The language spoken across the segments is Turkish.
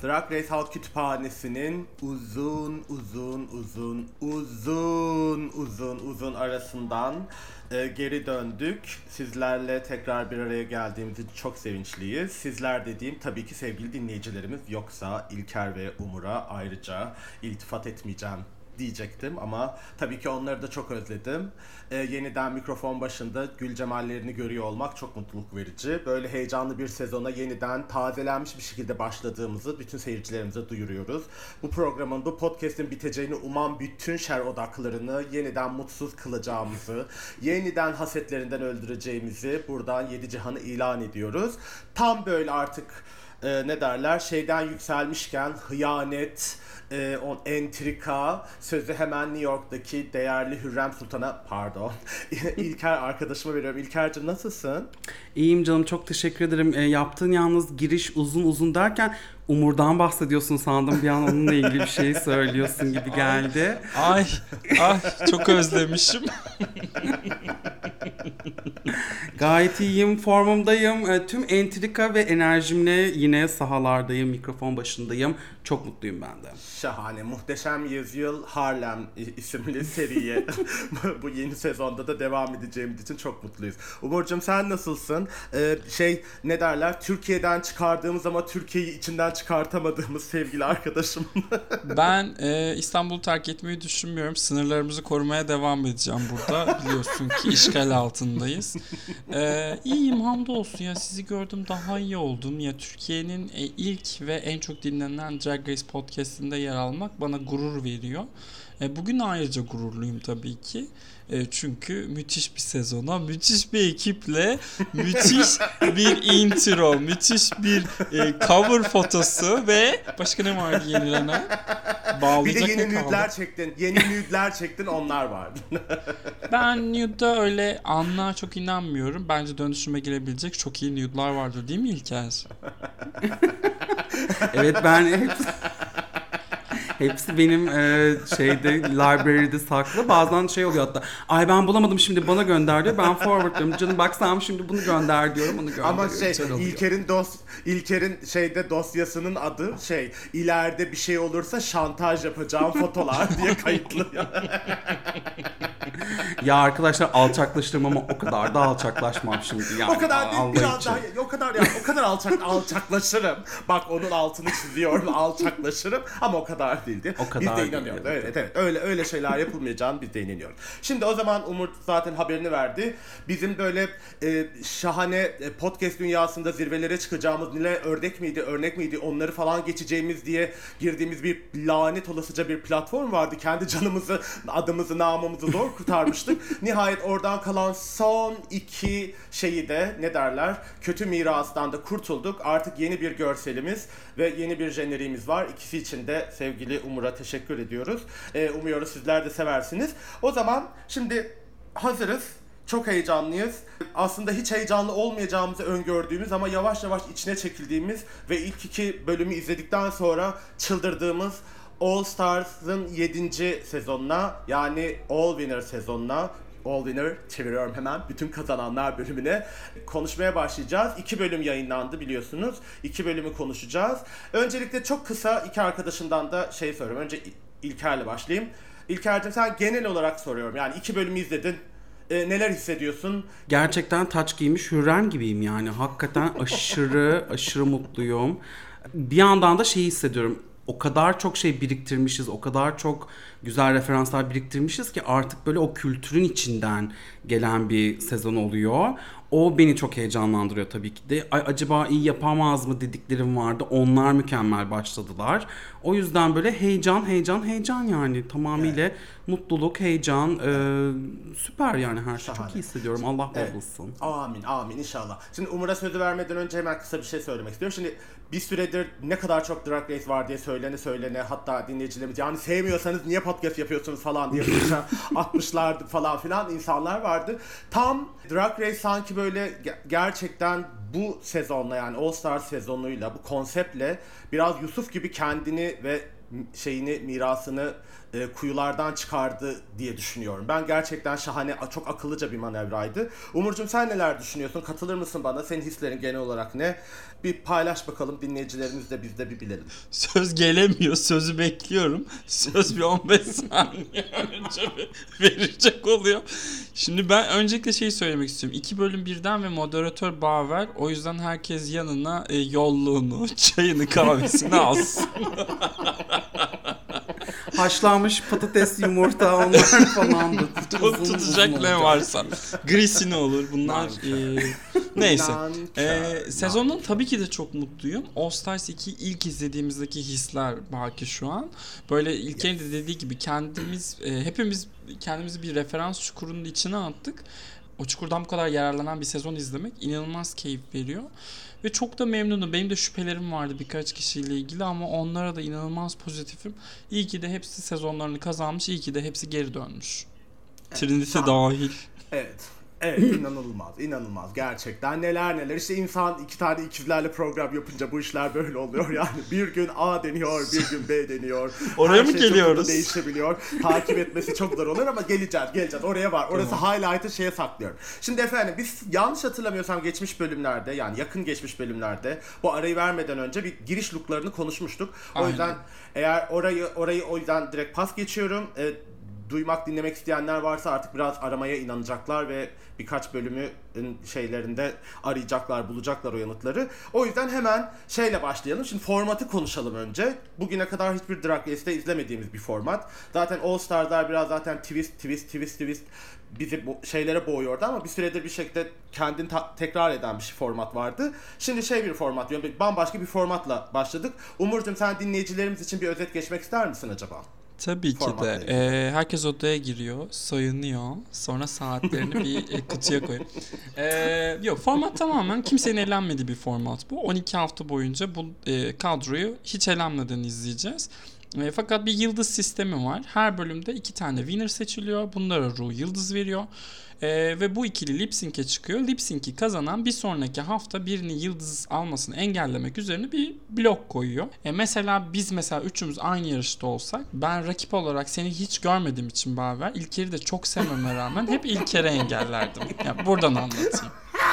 Drag Race Halk Kütüphanesi'nin uzun arasından geri döndük. Sizlerle tekrar bir araya geldiğimiz için çok sevinçliyiz. Sizler dediğim tabii ki sevgili dinleyicilerimiz, yoksa İlker ve Umur'a ayrıca iltifat etmeyeceğim diyecektim ama tabii ki onları da çok özledim. Yeniden mikrofon başında gül cemallerini görüyor olmak çok mutluluk verici. Böyle heyecanlı bir sezona yeniden tazelenmiş bir şekilde başladığımızı bütün seyircilerimize duyuruyoruz. Bu programın, bu podcast'in biteceğini uman bütün şer odaklarını yeniden mutsuz kılacağımızı, yeniden hasetlerinden öldüreceğimizi buradan 7 cihanı ilan ediyoruz. Tam böyle artık şeyden yükselmişken hıyanet, entrika, sözü hemen New York'taki değerli Hürrem Sultan'a, İlker arkadaşıma veriyorum. İlker'cim nasılsın? İyiyim canım, çok teşekkür ederim. Yaptığın yalnız giriş uzun derken Umur'dan bahsediyorsun sandım, bir an onunla ilgili bir şey söylüyorsun gibi geldi. Ay çok özlemişim. Gayet iyiyim, formumdayım. Tüm entrika ve enerjimle yine sahalardayım, mikrofon başındayım. Çok mutluyum ben de. Şahane, Muhteşem Yüzyıl Harlem isimli seriye bu yeni sezonda da devam edeceğimiz için çok mutluyuz. Umurcuğum sen nasılsın? Türkiye'den çıkardığımız ama Türkiye'yi içinden çıkartamadığımız sevgili arkadaşım. Ben İstanbul'u terk etmeyi düşünmüyorum. Sınırlarımızı korumaya devam edeceğim burada. Biliyorsun ki işgal altındayız. İyiyim hamdolsun ya, sizi gördüm daha iyi oldum. Ya Türkiye'nin ilk ve en çok dinlenen Drag Race podcast'inde yer almak bana gurur veriyor. Bugün ayrıca gururluyum tabii ki. Çünkü müthiş bir sezona, müthiş bir ekiple, müthiş bir intro, müthiş bir cover fotosu ve başka ne vardı yenilenen? Bir de yeni nude'ler çektin, onlar vardı. Ben nude'a öyle anlığa çok inanmıyorum. Bence dönüşüme girebilecek çok iyi nude'lar vardır, değil mi İlker? Evet, ben hepsi benim library'de saklı. Bazen oluyor hatta. Ay ben bulamadım, şimdi bana gönder diyor. Ben forwardlıyorum. Canım baksam şimdi bunu gönder diyorum. Onu gönderiyorum. Ama İlker'in dosyasının adı ileride bir şey olursa şantaj yapacağım fotolar diye kayıtlı. Ya arkadaşlar, alçaklaştırmam ama o kadar da alçaklaşmam şimdi yani. O kadar değil, biraz daha o kadar alçaklaşırım. Bak, onun altını çiziyorum, alçaklaşırım ama o kadar değildi. Biz de inanıyoruz. Evet. Öyle şeyler yapılmayacağını biz de inanıyoruz. Şimdi o zaman Umut zaten haberini verdi. Bizim böyle şahane podcast dünyasında zirvelere çıkacağımız, örnek miydi onları falan geçeceğimiz diye girdiğimiz bir lanet olasıca bir platform vardı. Kendi canımızı, adımızı, namımızı zor kurtarmıştık. Nihayet oradan kalan son iki şeyi de kötü mirastan da kurtulduk. Artık yeni bir görselimiz ve yeni bir jeneriğimiz var. İkisi için de sevgili Umur'a teşekkür ediyoruz. Umuyoruz sizler de seversiniz. O zaman şimdi hazırız. Çok heyecanlıyız. Aslında hiç heyecanlı olmayacağımızı öngördüğümüz ama yavaş yavaş içine çekildiğimiz ve ilk 2 bölümü izledikten sonra çıldırdığımız All Stars'ın 7. sezonuna, yani All Winner sezonuna, All Winner çeviriyorum hemen, bütün kazananlar bölümüne konuşmaya başlayacağız. 2 bölüm yayınlandı biliyorsunuz. 2 bölümü konuşacağız. Öncelikle çok kısa iki arkadaşımdan da soruyorum. Önce İlker'le başlayayım. İlker'cim, sen genel olarak soruyorum. Yani 2 bölümü izledin. Neler hissediyorsun? Gerçekten taç giymiş Hürrem gibiyim yani. Hakikaten aşırı mutluyum. Bir yandan da hissediyorum. O kadar çok şey biriktirmişiz, o kadar çok güzel referanslar biriktirmişiz ki artık böyle o kültürün içinden gelen bir sezon oluyor. O beni çok heyecanlandırıyor tabii ki de. Acaba iyi yapamaz mı dediklerim vardı. Onlar mükemmel başladılar. O yüzden böyle heyecan yani. Tamamıyla mutluluk, heyecan, süper yani her şey. Şahane. Çok iyi hissediyorum. Allah bozulsun. Evet. Amin inşallah. Şimdi Umur'a sözü vermeden önce hemen kısa bir şey söylemek istiyorum. Şimdi bir süredir ne kadar çok Drag Race var diye söylene hatta dinleyicilerimiz, yani sevmiyorsanız niye podcast yapıyorsunuz falan diye atmışlardı falan filan insanlar vardı. Tam Drag Race sanki böyle gerçekten bu sezonla, yani All Stars sezonuyla, bu konseptle biraz Yusuf gibi kendini ve mirasını kuyulardan çıkardı diye düşünüyorum. Ben gerçekten şahane, çok akıllıca bir manevraydı. Umurcuğum sen neler düşünüyorsun? Katılır mısın bana? Senin hislerin genel olarak ne? Bir paylaş bakalım, dinleyicilerimiz de biz de bir bilelim. Söz gelemiyor. Sözü bekliyorum. Söz bir 15 saniye önce verecek oluyor. Şimdi ben öncelikle şeyi söylemek istiyorum. 2 bölüm birden ve moderatör Baver. O yüzden herkes yanına yolluğunu, çayını, kahvesini alsın. Haşlanmış patates, yumurta onlar falan da tutacak ne varsa. Grisini olur bunlar. Neyse. Sezonun tabii ki de çok mutluyum. All Stars 2 ilk izlediğimizdeki hisler baki şu an. Böyle İlker'in de dediği gibi hepimiz kendimizi bir referans çukurunun içine attık. O çukurdan bu kadar yararlanan bir sezon izlemek inanılmaz keyif veriyor. Ve çok da memnunum. Benim de şüphelerim vardı birkaç kişiyle ilgili ama onlara da inanılmaz pozitifim. İyi ki de hepsi sezonlarını kazanmış. İyi ki de hepsi geri dönmüş. Trinity dahil. Evet. Evet, inanılmaz gerçekten, neler işte insan 2 tane ikizlerle program yapınca bu işler böyle oluyor yani, bir gün A deniyor, bir gün B deniyor. Oraya mı geliyoruz? Çok değişebiliyor, takip etmesi çok zor olur ama geleceğiz, oraya var, orası tamam. Highlight'ı şeye saklıyorum. Şimdi efendim biz yanlış hatırlamıyorsam geçmiş bölümlerde, yani yakın geçmiş bölümlerde bu arayı vermeden önce bir giriş looklarını konuşmuştuk. O yüzden eğer orayı o yüzden direkt pas geçiyorum. Duymak, dinlemek isteyenler varsa artık biraz aramaya inanacaklar ve birkaç bölümü şeylerinde arayacaklar, bulacaklar o yanıtları. O yüzden hemen şeyle başlayalım. Şimdi formatı konuşalım önce. Bugüne kadar hiçbir Drag Race'te izlemediğimiz bir format. Zaten All Stars'lar biraz zaten twist bizi şeylere boğuyordu ama bir süredir bir şekilde kendini tekrar eden bir format vardı. Şimdi bir format, bambaşka bir formatla başladık. Umurcuğum sen dinleyicilerimiz için bir özet geçmek ister misin acaba? Tabii ki de. Herkes odaya giriyor, soyunuyor. Sonra saatlerini bir kutuya koyuyor. Yok, format tamamen kimsenin elenmediği bir format bu. 12 hafta boyunca bu kadroyu hiç elenmeden izleyeceğiz. Fakat bir yıldız sistemi var. Her bölümde 2 tane winner seçiliyor. Bunlara Ru yıldız veriyor. Ve bu ikili lip sync'e çıkıyor. Lip sync'i kazanan bir sonraki hafta birinin yıldız almasını engellemek üzerine bir blok koyuyor. Mesela biz üçümüz aynı yarışta olsak, ben rakip olarak seni hiç görmediğim için Baver, İlker'i de çok sevmeme rağmen hep İlker'e engellerdim. Yani buradan anlatayım.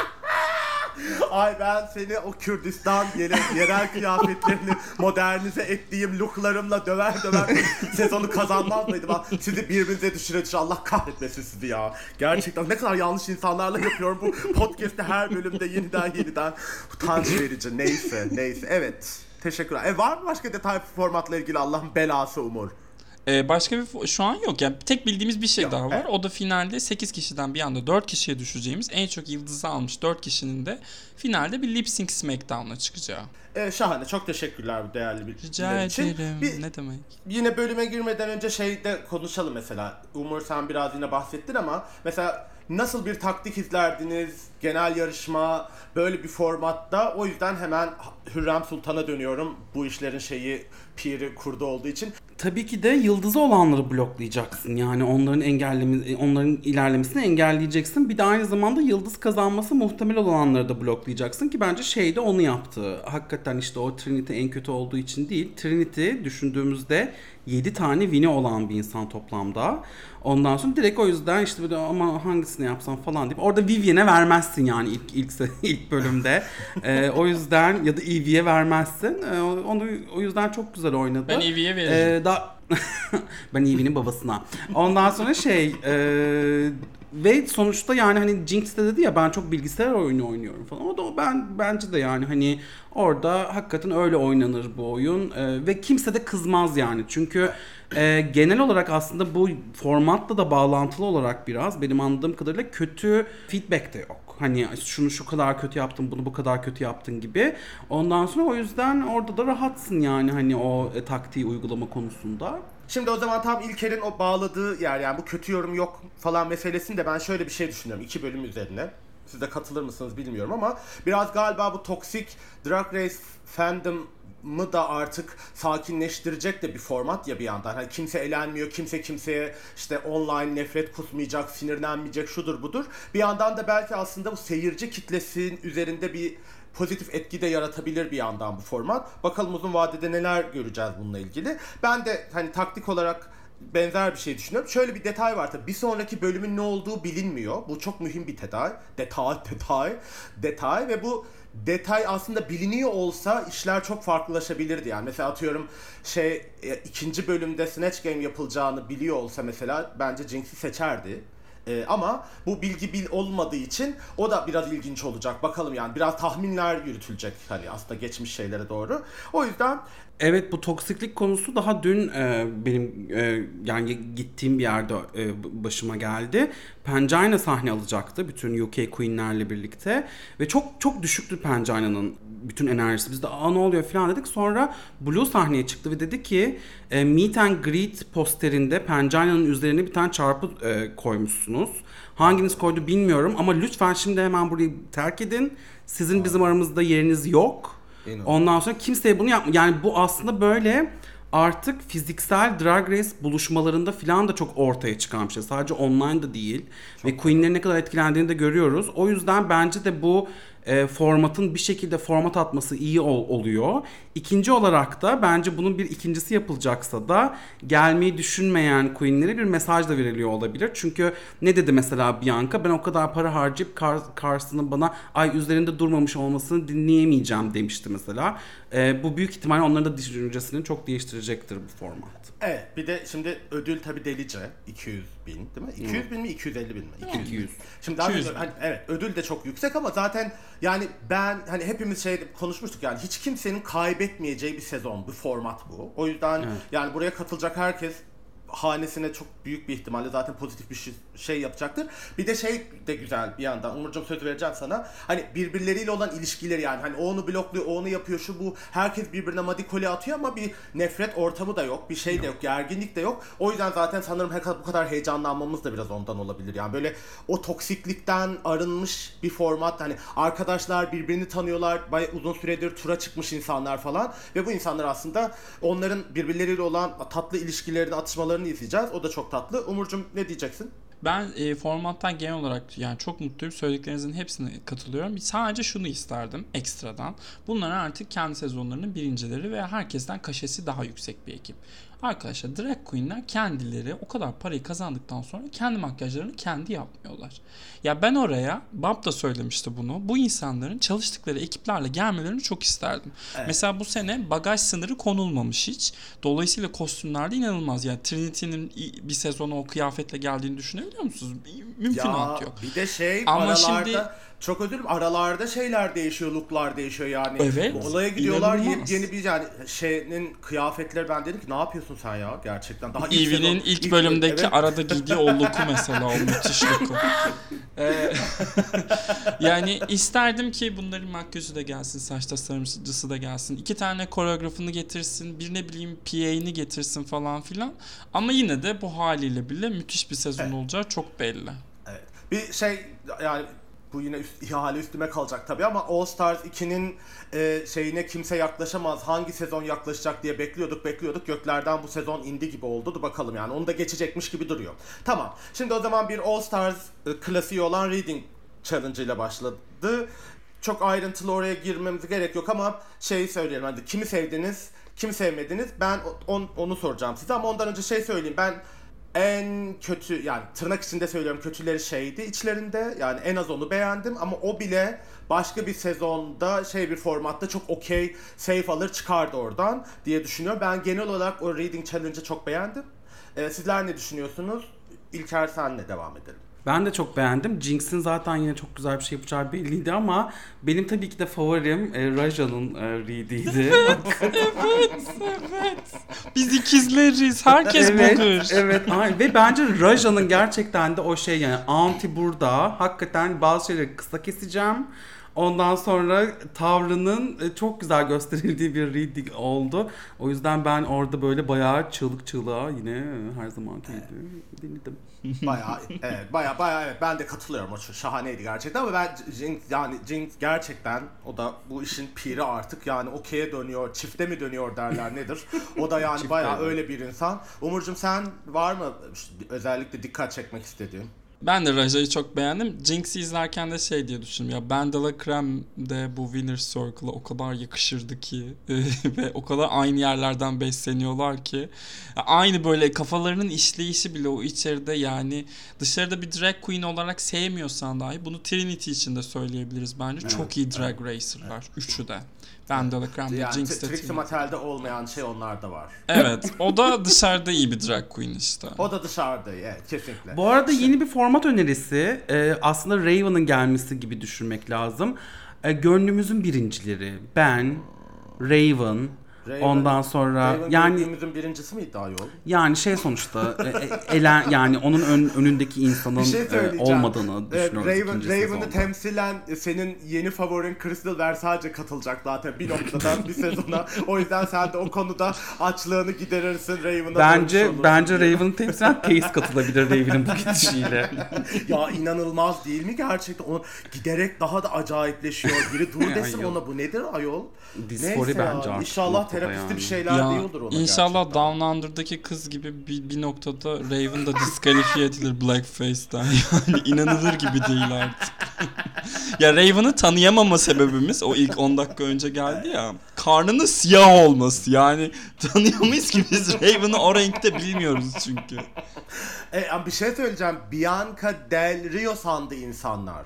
Ay ben seni o Kürdistan yerel kıyafetlerini modernize ettiğim looklarımla döver sezonu kazanmaz mıydım? Sizi birbirinize düşüre Allah kahretmesin sizi ya. Gerçekten ne kadar yanlış insanlarla yapıyorum bu podcast'te her bölümde yeniden utanç verici. Neyse. Evet. Teşekkürler. Var mı başka detay formatla ilgili Allah'ın belası Umur? Başka bir şu an yok. Yani tek bildiğimiz bir şey daha var. Evet. O da finalde 8 kişiden bir anda 4 kişiye düşeceğimiz, en çok yıldızı almış 4 kişinin de finalde bir lip sync smackdown'a çıkacağı. Şahane. Çok teşekkürler bu değerli bilgiler için. Rica ederim. Ne demek? Yine bölüme girmeden önce şeyde konuşalım mesela. Umur sen biraz yine bahsettin ama mesela nasıl bir taktik izlerdiniz? Genel yarışma böyle bir formatta. O yüzden hemen Hürrem Sultan'a dönüyorum. Bu işlerin piri kurdu olduğu için. Tabii ki de yıldızı olanları bloklayacaksın. Yani onların ilerlemesini engelleyeceksin. Bir de aynı zamanda yıldız kazanması muhtemel olanları da bloklayacaksın ki bence şey de onu yaptı. Hakikaten işte o Trinity en kötü olduğu için değil. Trinity düşündüğümüzde 7 tane win'i olan bir insan toplamda. Ondan sonra direkt o yüzden işte böyle ama hangisini yapsam falan deyip orada Vivienne'e vermezsin yani ilk bölümde. O yüzden ya da Evie'ye vermezsin. Onu o yüzden çok güzel oynadı. Ben Evie'ye veririm. Ben Evie'nin babasına. Ondan sonra ve sonuçta yani hani Jinx de dedi ya ben çok bilgisayar oyunu oynuyorum falan. O da bence de yani hani orada hakikaten öyle oynanır bu oyun ve kimse de kızmaz yani. Çünkü genel olarak aslında bu formatla da bağlantılı olarak biraz benim anladığım kadarıyla kötü feedback de yok. Hani şunu şu kadar kötü yaptın, bunu bu kadar kötü yaptın gibi. Ondan sonra o yüzden orada da rahatsın yani hani o taktiği uygulama konusunda. Şimdi o zaman tam İlker'in o bağladığı yer yani bu kötü yorum yok falan meselesinde ben şöyle bir şey düşünüyorum 2 bölüm üzerine. Siz de katılır mısınız bilmiyorum ama biraz galiba bu toksik Drag Race fandom'ı da artık sakinleştirecek de bir format ya bir yandan. Hani kimse elenmiyor, kimse kimseye işte online nefret kusmayacak, sinirlenmeyecek, şudur budur. Bir yandan da belki aslında bu seyirci kitlesinin üzerinde bir pozitif etki de yaratabilir bir yandan bu format. Bakalım uzun vadede neler göreceğiz bununla ilgili. Ben de hani taktik olarak benzer bir şey düşünüyorum. Şöyle bir detay var tabii. Bir sonraki bölümün ne olduğu bilinmiyor. Bu çok mühim bir detay. Detay ve bu detay aslında biliniyor olsa işler çok farklılaşabilirdi yani. Mesela atıyorum ikinci bölümde Snatch Game yapılacağını biliyor olsa mesela bence Jinx'i seçerdi. Ama bu bilgi olmadığı için o da biraz ilginç olacak. Bakalım yani biraz tahminler yürütülecek hani aslında geçmiş şeylere doğru. O yüzden evet, bu toksiklik konusu daha dün benim yani gittiğim bir yerde başıma geldi. Pangina sahne alacaktı bütün UK Queen'lerle birlikte ve çok çok düşüktü Pangina'nın bütün enerjisi. Biz de ne oluyor falan dedik. Sonra Blue sahneye çıktı ve dedi ki Meet and Greet posterinde Pangina'nın üzerine bir tane çarpı koymuşsunuz. Hanginiz koydu bilmiyorum ama lütfen şimdi hemen burayı terk edin. Sizin bizim aramızda yeriniz yok. Ondan sonra kimseye bunu yapma. Yani bu aslında böyle artık fiziksel Drag Race buluşmalarında falan da çok ortaya çıkan bir şey. Sadece online da değil. Çok ve Queen'lerin ne kadar etkilendiğini de görüyoruz. O yüzden bence de bu formatın bir şekilde format atması iyi oluyor. İkinci olarak da bence bunun bir ikincisi yapılacaksa da gelmeyi düşünmeyen Queen'lere bir mesaj da veriliyor olabilir. Çünkü ne dedi mesela Bianca? Ben o kadar para harcayıp Carson'ın bana ay üzerinde durmamış olmasını dinleyemeyeceğim demişti mesela. Bu büyük ihtimalle onların da düşüncesini çok değiştirecektir bu format. Evet, bir de şimdi ödül tabii delice 200 bin değil mi? 200 bin mi 250 bin mi? 200. Şimdi 200 hani, evet ödül de çok yüksek ama zaten yani ben hani hepimiz konuşmuştuk yani hiç kimsenin kaybetmeyeceği bir sezon, bir format bu. O yüzden yani buraya katılacak herkes hanesine çok büyük bir ihtimalle zaten pozitif bir şey yapacaktır. Bir de de güzel bir yandan. Umurcuğum söz vereceğim sana. Hani birbirleriyle olan ilişkileri yani hani o onu blokluyor, o onu yapıyor, şu bu. Herkes birbirine madikoli atıyor ama bir nefret ortamı da yok. Bir şey de yok. Gerginlik de yok. O yüzden zaten sanırım bu kadar heyecanlanmamız da biraz ondan olabilir. Yani böyle o toksiklikten arınmış bir format. Hani arkadaşlar birbirini tanıyorlar. Bayağı uzun süredir tura çıkmış insanlar falan. Ve bu insanlar aslında onların birbirleriyle olan tatlı ilişkilerini, atışmalarını izleyeceğiz. O da çok tatlı. Umurcuğum ne diyeceksin? Ben formattan genel olarak yani çok mutluyum. Söylediklerinizin hepsine katılıyorum. Sadece şunu isterdim ekstradan. Bunlar artık kendi sezonlarının birincileri ve herkesten kaşesi daha yüksek bir ekip. Arkadaşlar drag queenler kendileri o kadar parayı kazandıktan sonra kendi makyajlarını kendi yapmıyorlar. Ya ben oraya, Bab da söylemişti bunu. Bu insanların çalıştıkları ekiplerle gelmelerini çok isterdim. Evet. Mesela bu sene bagaj sınırı konulmamış hiç. Dolayısıyla kostümlerde inanılmaz. Yani Trinity'nin bir sezonu o kıyafetle geldiğini düşünebiliyor musunuz? Mümkünat yok. Bir de ama aralarda şimdi çok özür dilerim aralarda şeyler değişiyor, looklar değişiyor yani. Evet. Olaya gidiyorlar yeni bir yani kıyafetleri ben dedim ki ne yapıyorsun sen ya gerçekten. Daha Eevee'nin ilk bölümdeki arada giydiği o look'u mesela o müthiş look'u. Yani isterdim ki bunların makyajı da gelsin, saç tasarımcısı da gelsin. 2 tane koreografını getirsin, bir ne bileyim PA'ni getirsin falan filan. Ama yine de bu haliyle bile müthiş bir sezon olacağı çok belli. Evet. Bir yani bu yine ihale üstüme kalacak tabii ama All Stars 2'nin şeyine kimse yaklaşamaz. Hangi sezon yaklaşacak diye bekliyorduk. Göklerden bu sezon indi gibi oldu. Dur bakalım yani onu da geçecekmiş gibi duruyor. Tamam. Şimdi o zaman bir All Stars klasiği olan Reading Challenge ile başladı. Çok ayrıntılı oraya girmemize gerek yok ama söyleyelim. Hadi kimi sevdiniz, kimi sevmediniz? Ben onu soracağım size ama ondan önce söyleyeyim. Ben en kötü yani tırnak içinde söylüyorum kötüleri içlerinde yani en az onu beğendim ama o bile başka bir sezonda bir formatta çok okey safe alır çıkardı oradan diye düşünüyorum. Ben genel olarak o Reading Challenge'ı çok beğendim. Sizler ne düşünüyorsunuz? İlker senle devam edelim. Ben de çok beğendim. Jinx'in zaten yine çok güzel bir şey yapacağı belliydi ama benim tabii ki de favorim Raja'nın read'iydi. Evet. Biz ikizleriz. Herkes bulur. Evet. Ve bence Raja'nın gerçekten de o yani anti burada. Hakikaten bazı şeyleri kısa keseceğim. Ondan sonra tavrının çok güzel gösterildiği bir reading oldu. O yüzden ben orada böyle bayağı çığlığa yine her zamanki gibi dinledim. Bayağı evet ben de katılıyorum. O şahaneydi gerçekten ama ben Jinx gerçekten o da bu işin piri artık yani okey'e dönüyor, çifte mi dönüyor derler nedir? O da yani bayağı öyle bir insan. Umurcuğum sen var mı özellikle dikkat çekmek istediğin? Ben de Raja'yı çok beğendim. Jinx'i izlerken de şey diye düşündüm. Ya Ben de la Creme de bu Winner's Circle'a o kadar yakışırdı ki ve o kadar aynı yerlerden besleniyorlar ki. Aynı böyle kafalarının işleyişi bile o içeride, yani dışarıda bir drag queen olarak sevmiyorsan dahi bunu Trinity için de söyleyebiliriz bence. Evet, çok iyi drag racer'lar. Üçü de. Ben de la Creme de Jinx de Trixie Mattel'de olmayan şey onlarda var. Evet. O da dışarıda iyi bir drag queen işte. O da dışarıda, evet, kesinlikle. Bu arada yeni bir format önerisi. Aslında Raven'ın gelmesi gibi düşünmek lazım. Gönlümüzün birincileri. Ben, Raven, ondan sonra Raven yani gönlümüzün birincisi miydi ayol? Yani sonuçta yani onun önündeki insanın olmadığını düşünüyoruz. Raven'ı temsilen senin yeni favorin Crystal Versace katılacak zaten bir noktadan bir sezona. O yüzden sen de o konuda açlığını giderirsin Raven'a. Bence Raven'ı temsilen Case katılabilir Raven'in bu gidişiyle. Ya inanılmaz değil mi gerçekten? Onu giderek daha da acayipleşiyor. Biri dur desin ona, bu nedir ayol? Discovery bence artık. İnşallah terapisti bir şeyler diyordur ona. İnşallah gerçekten. Down Under'daki kız gibi bir noktada Raven da diskalifiye edilir Blackface'ten. Yani inanılır gibi değil artık. Ya Raven'ı tanıyamama sebebimiz o ilk 10 dakika önce geldi ya. Karnının siyah olması. Yani tanıyamayız ki biz Raven'ı o renkte bilmiyoruz çünkü. Bir şey söyleyeceğim. Bianca Del Rio sandı insanlar.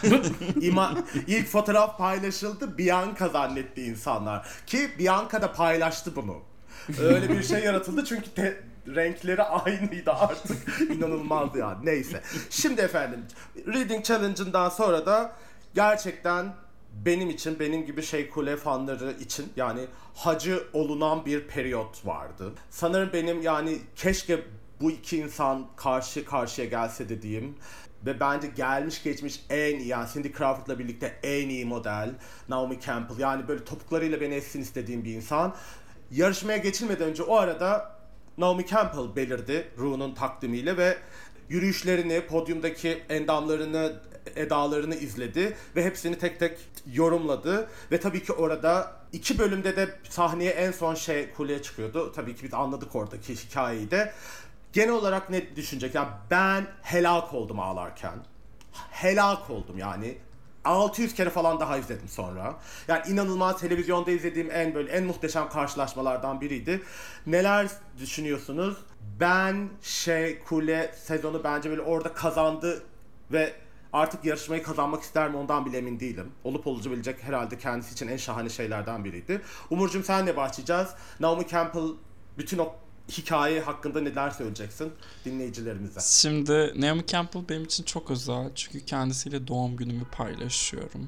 İlk fotoğraf paylaşıldı. Bianca zannetti insanlar. Ki Bianca da paylaştı bunu. Öyle bir şey yaratıldı çünkü renkleri aynıydı artık. İnanılmazdı yani. Neyse. Şimdi efendim Reading Challenge'ından sonra da gerçekten benim için, benim gibi Şeykule fanları için yani hacı olunan bir periyot vardı. Sanırım benim yani keşke bu iki insan karşı karşıya gelse dediğim ve bence gelmiş geçmiş en iyi, yani Cindy Crawford'la birlikte en iyi model Naomi Campbell, yani böyle topuklarıyla beni etsin istediğim bir insan. Yarışmaya geçilmeden önce o arada Naomi Campbell belirdi Ru'nun takdimiyle ve yürüyüşlerini, podyumdaki endamlarını, edalarını izledi ve hepsini tek tek yorumladı ve tabii ki orada 2 bölümde de sahneye en son Kuleye çıkıyordu. Tabii ki biz anladık oradaki hikayeyi de. Genel olarak ne düşünecek? Yani ben helak oldum ağlarken. Helak oldum yani. 600 kere falan daha izledim sonra. Yani inanılmaz, televizyonda izlediğim en muhteşem karşılaşmalardan biriydi. Neler düşünüyorsunuz? Ben Kule sezonu bence böyle orada kazandı ve artık yarışmayı kazanmak ister mi ondan bile emin değilim. Olup olabilecek herhalde kendisi için en şahane şeylerden biriydi. Umurcuğum senle başlayacağız. Naomi Campbell bütün o hikaye hakkında neler söyleyeceksin dinleyicilerimize? Şimdi Naomi Campbell benim için çok özel çünkü kendisiyle doğum günümü paylaşıyorum.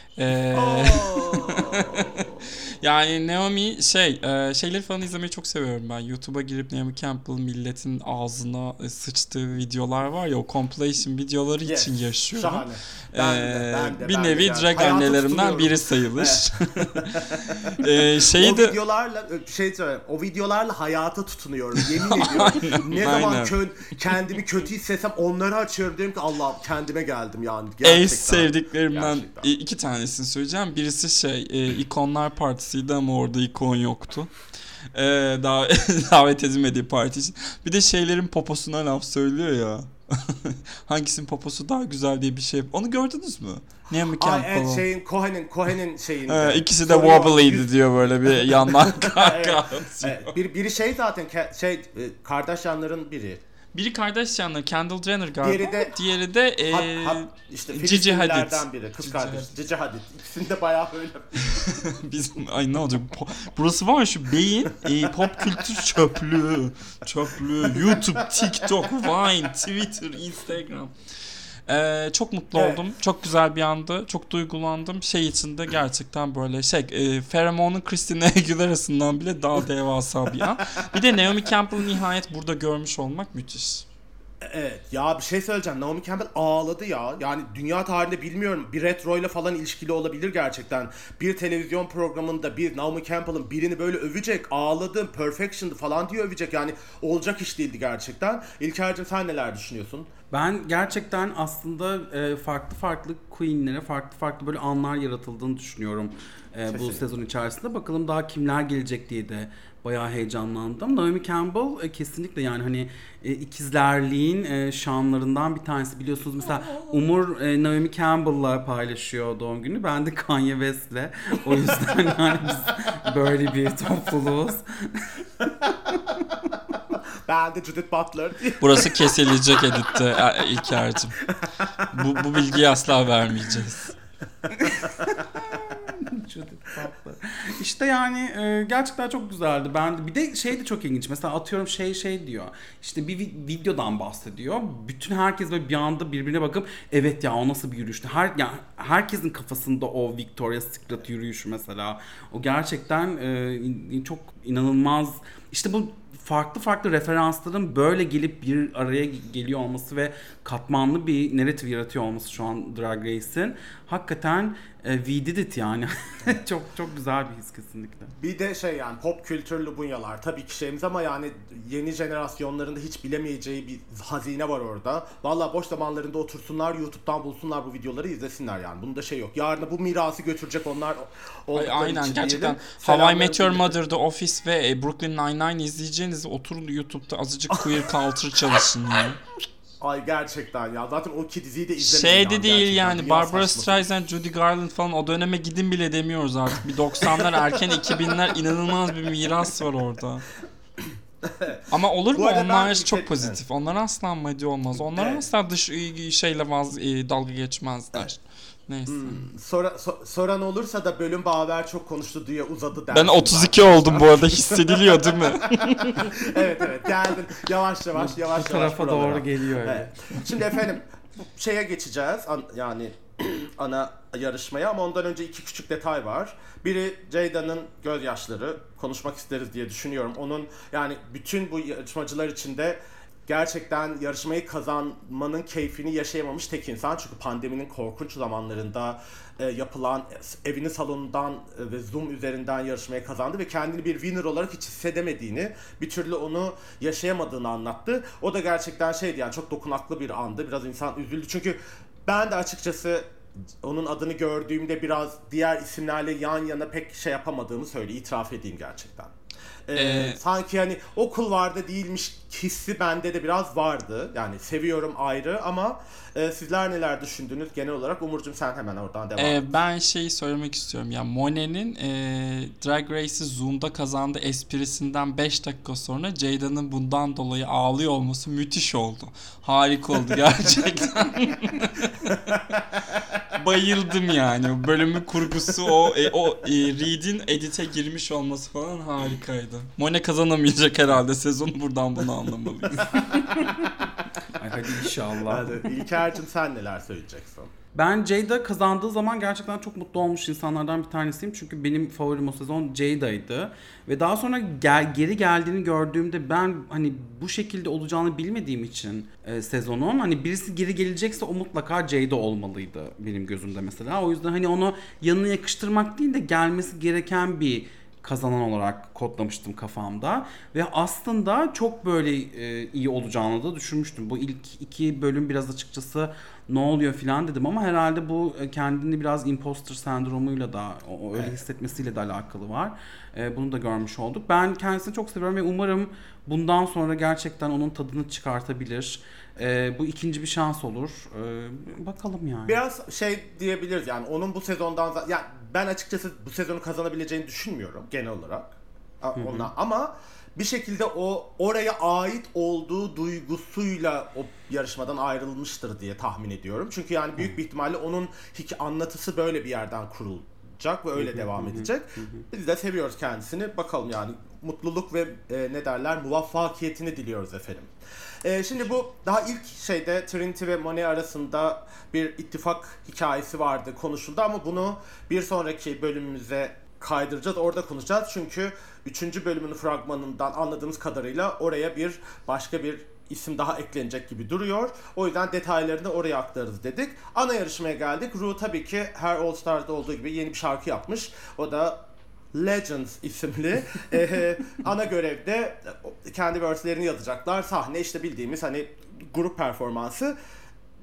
Yani Naomi şeyleri falan izlemeyi çok seviyorum ben. YouTube'a girip Naomi Campbell milletin ağzına sıçtığı videolar var ya, o compilation videoları için yaşıyorum. Şahane. Bir nevi drag annelerimden biri sayılır. O videolarla hayata tutunuyorum. Yemin ediyorum. Ne zaman kendimi kötü hissetsem onları açıyorum, diyorum ki Allah'ım kendime geldim yani. En sevdiklerimden iki tanesini söyleyeceğim. Birisi İkonlar Partisi'ydi ama orada ikon yoktu. Davet edilmediği parti için. Bir de şeylerin poposuna laf söylüyor ya. Hangisinin poposu daha güzel diye bir şey. Onu gördünüz mü? Naomi Campbell. Cohen'in şeyinde. İkisi de wobbly'ydi diyor böyle bir yandan kahkaha. Biri zaten Kardashian'ların biri. Biri Kardashian'la Kendall Jenner galiba. Diğeri de işte Gigi Hadid. Biri. Kız kardeş. Gigi Hadid. İkisini de bayağı böyle. Bizim ne olacak? Burası var ya şu beyin pop kültür çöplüğü. YouTube, TikTok, Vine, Twitter, Instagram. Çok mutlu oldum. Çok güzel bir andı. Çok duygulandım. İçinde gerçekten böyle Pheromone'un Christina Aguilera'sından bile daha devasa bir an. Bir de Naomi Campbell'ı nihayet burada görmüş olmak müthiş. Evet ya, bir şey söyleyeceğim. Naomi Campbell ağladı ya. Yani dünya tarihinde bilmiyorum bir retro ile falan ilişkili olabilir gerçekten. Bir televizyon programında bir Naomi Campbell'ın birini böyle övecek. Ağladım, perfection'dı falan diye övecek. Yani olacak iş değildi gerçekten. İlker'cim sen neler düşünüyorsun? Ben gerçekten aslında farklı queenlere farklı böyle anlar yaratıldığını düşünüyorum bu sezon içerisinde. Bakalım daha kimler gelecek diye de bayağı heyecanlandım. Naomi Campbell kesinlikle yani hani ikizlerliğin şanlarından bir tanesi. Biliyorsunuz mesela Umur Naomi Campbell'la paylaşıyor doğum günü. Ben de Kanye West'le. O yüzden yani biz böyle bir topluluğuz. Ben de Judith Butler. Burası kesilecek editte İlker'cim. Bu bilgiyi asla vermeyeceğiz. İşte yani gerçekten çok güzeldi. Ben bir de şey de çok ilginç. Mesela atıyorum şey diyor. İşte bir videodan bahsediyor. Bütün herkes böyle bir anda birbirine bakıp evet ya o nasıl bir yürüyüştü. Herkesin kafasında o Victoria's Secret yürüyüşü mesela. O gerçekten çok inanılmaz. İşte bu farklı referansların böyle gelip bir araya geliyor olması ve katmanlı bir narrative yaratıyor olması şu an Drag Race'in. Hakikaten we did it yani. çok güzel bir his kesinlikle. Bir de şey yani pop kültürlü bunyalar tabii ki şeyimiz ama yani yeni jenerasyonlarında hiç bilemeyeceği bir hazine var orada. Vallahi boş zamanlarında otursunlar YouTube'dan bulsunlar bu videoları izlesinler yani. Bunda şey yok. Yarın bu mirası götürecek onlar. Aynen gerçekten. How I Met Your Mother, The Office ve Brooklyn Nine-Nine izleyeceğiniz oturun YouTube'da azıcık queer culture çalışın ya. Ay gerçekten ya. Zaten o iki diziyi de izlemeyin. Şey de değil yani Barbara Streisand, Judy Garland falan o döneme gidin bile demiyoruz artık. Bir 90'lar erken 2000'ler inanılmaz bir miras var orada. Ama olur mu? Onlar çok pozitif. Onlar asla maddi olmaz. Onlar asla dış şeyle dalga geçmezler. Neyse. Soran olursa da bölüm Baver çok konuştu diye uzadı dersin. Ben 32 oldum bu arada hissediliyor değil mi? evet geldin yavaş bu tarafa doğru geliyor öyle. Evet. Şimdi efendim şeye geçeceğiz yani ana yarışmaya ama ondan önce iki küçük detay var. Biri Jada'nın gözyaşları konuşmak isteriz diye düşünüyorum. Onun yani bütün bu yarışmacılar içinde gerçekten yarışmayı kazanmanın keyfini yaşayamamış tek insan. Çünkü pandeminin korkunç zamanlarında yapılan evinin salonundan ve Zoom üzerinden yarışmayı kazandı ve kendini bir winner olarak hiç hissedemediğini, bir türlü onu yaşayamadığını anlattı. O da gerçekten şeydi yani çok dokunaklı bir andı. Biraz insan üzüldü çünkü ben de açıkçası onun adını gördüğümde biraz diğer isimlerle yan yana pek şey yapamadığımı itiraf edeyim gerçekten. Sanki hani o kulvarda değilmiş hissi bende de biraz vardı. Yani seviyorum ayrı ama sizler neler düşündünüz genel olarak? Umurcuğum sen hemen oradan devam et. Ben şeyi söylemek istiyorum. Ya Monet'in Drag Race'i Zoom'da kazandığı esprisinden 5 dakika sonra Jada'nın bundan dolayı ağlıyor olması müthiş oldu. Harika oldu gerçekten. Bayıldım yani. Bölümün kurgusu o Reed'in edit'e girmiş olması falan harikaydı. Monet kazanamayacak herhalde sezonu buradan bunu anlamalıyız. Ay hadi inşallah. Hadi İlker'cim sen neler söyleyeceksin? Ben Jada kazandığı zaman gerçekten çok mutlu olmuş insanlardan bir tanesiyim. Çünkü benim favorim o sezon Jada'ydı. Ve daha sonra geri geldiğini gördüğümde ben hani bu şekilde olacağını bilmediğim için sezonun hani birisi geri gelecekse o mutlaka Jada olmalıydı benim gözümde mesela. O yüzden hani onu yanına yakıştırmak değil de gelmesi gereken bir kazanan olarak kodlamıştım kafamda. Ve aslında çok böyle iyi olacağını da düşünmüştüm. Bu ilk iki bölüm biraz açıkçası ne oluyor falan dedim ama herhalde bu kendini biraz imposter sendromuyla da öyle hissetmesiyle de alakalı var. Bunu da görmüş olduk. Ben kendisini çok seviyorum ve umarım bundan sonra gerçekten onun tadını çıkartabilir. Bu ikinci bir şans olur. Bakalım yani. Biraz şey diyebiliriz yani onun bu sezondan yani ben açıkçası bu sezonu kazanabileceğini düşünmüyorum genel olarak. Ama bir şekilde o oraya ait olduğu duygusuyla o yarışmadan ayrılmıştır diye tahmin ediyorum. Çünkü yani büyük bir ihtimalle onun anlatısı böyle bir yerden kurulacak ve öyle devam edecek. Biz de seviyoruz kendisini. Bakalım yani mutluluk ve muvaffakiyetini diliyoruz efendim. Şimdi bu daha ilk şeyde Trinity ve Monet arasında bir ittifak hikayesi vardı, konuşuldu ama bunu bir sonraki bölümümüze kaydıracağız. Orada konuşacağız çünkü 3. bölümün fragmanından anladığımız kadarıyla oraya başka bir isim daha eklenecek gibi duruyor. O yüzden detaylarını oraya aktarırız dedik. Ana yarışmaya geldik. Ru tabii ki her All Stars'da olduğu gibi yeni bir şarkı yapmış. O da Legends isimli ana görevde kendi verse'lerini yazacaklar. Sahne işte bildiğimiz hani grup performansı.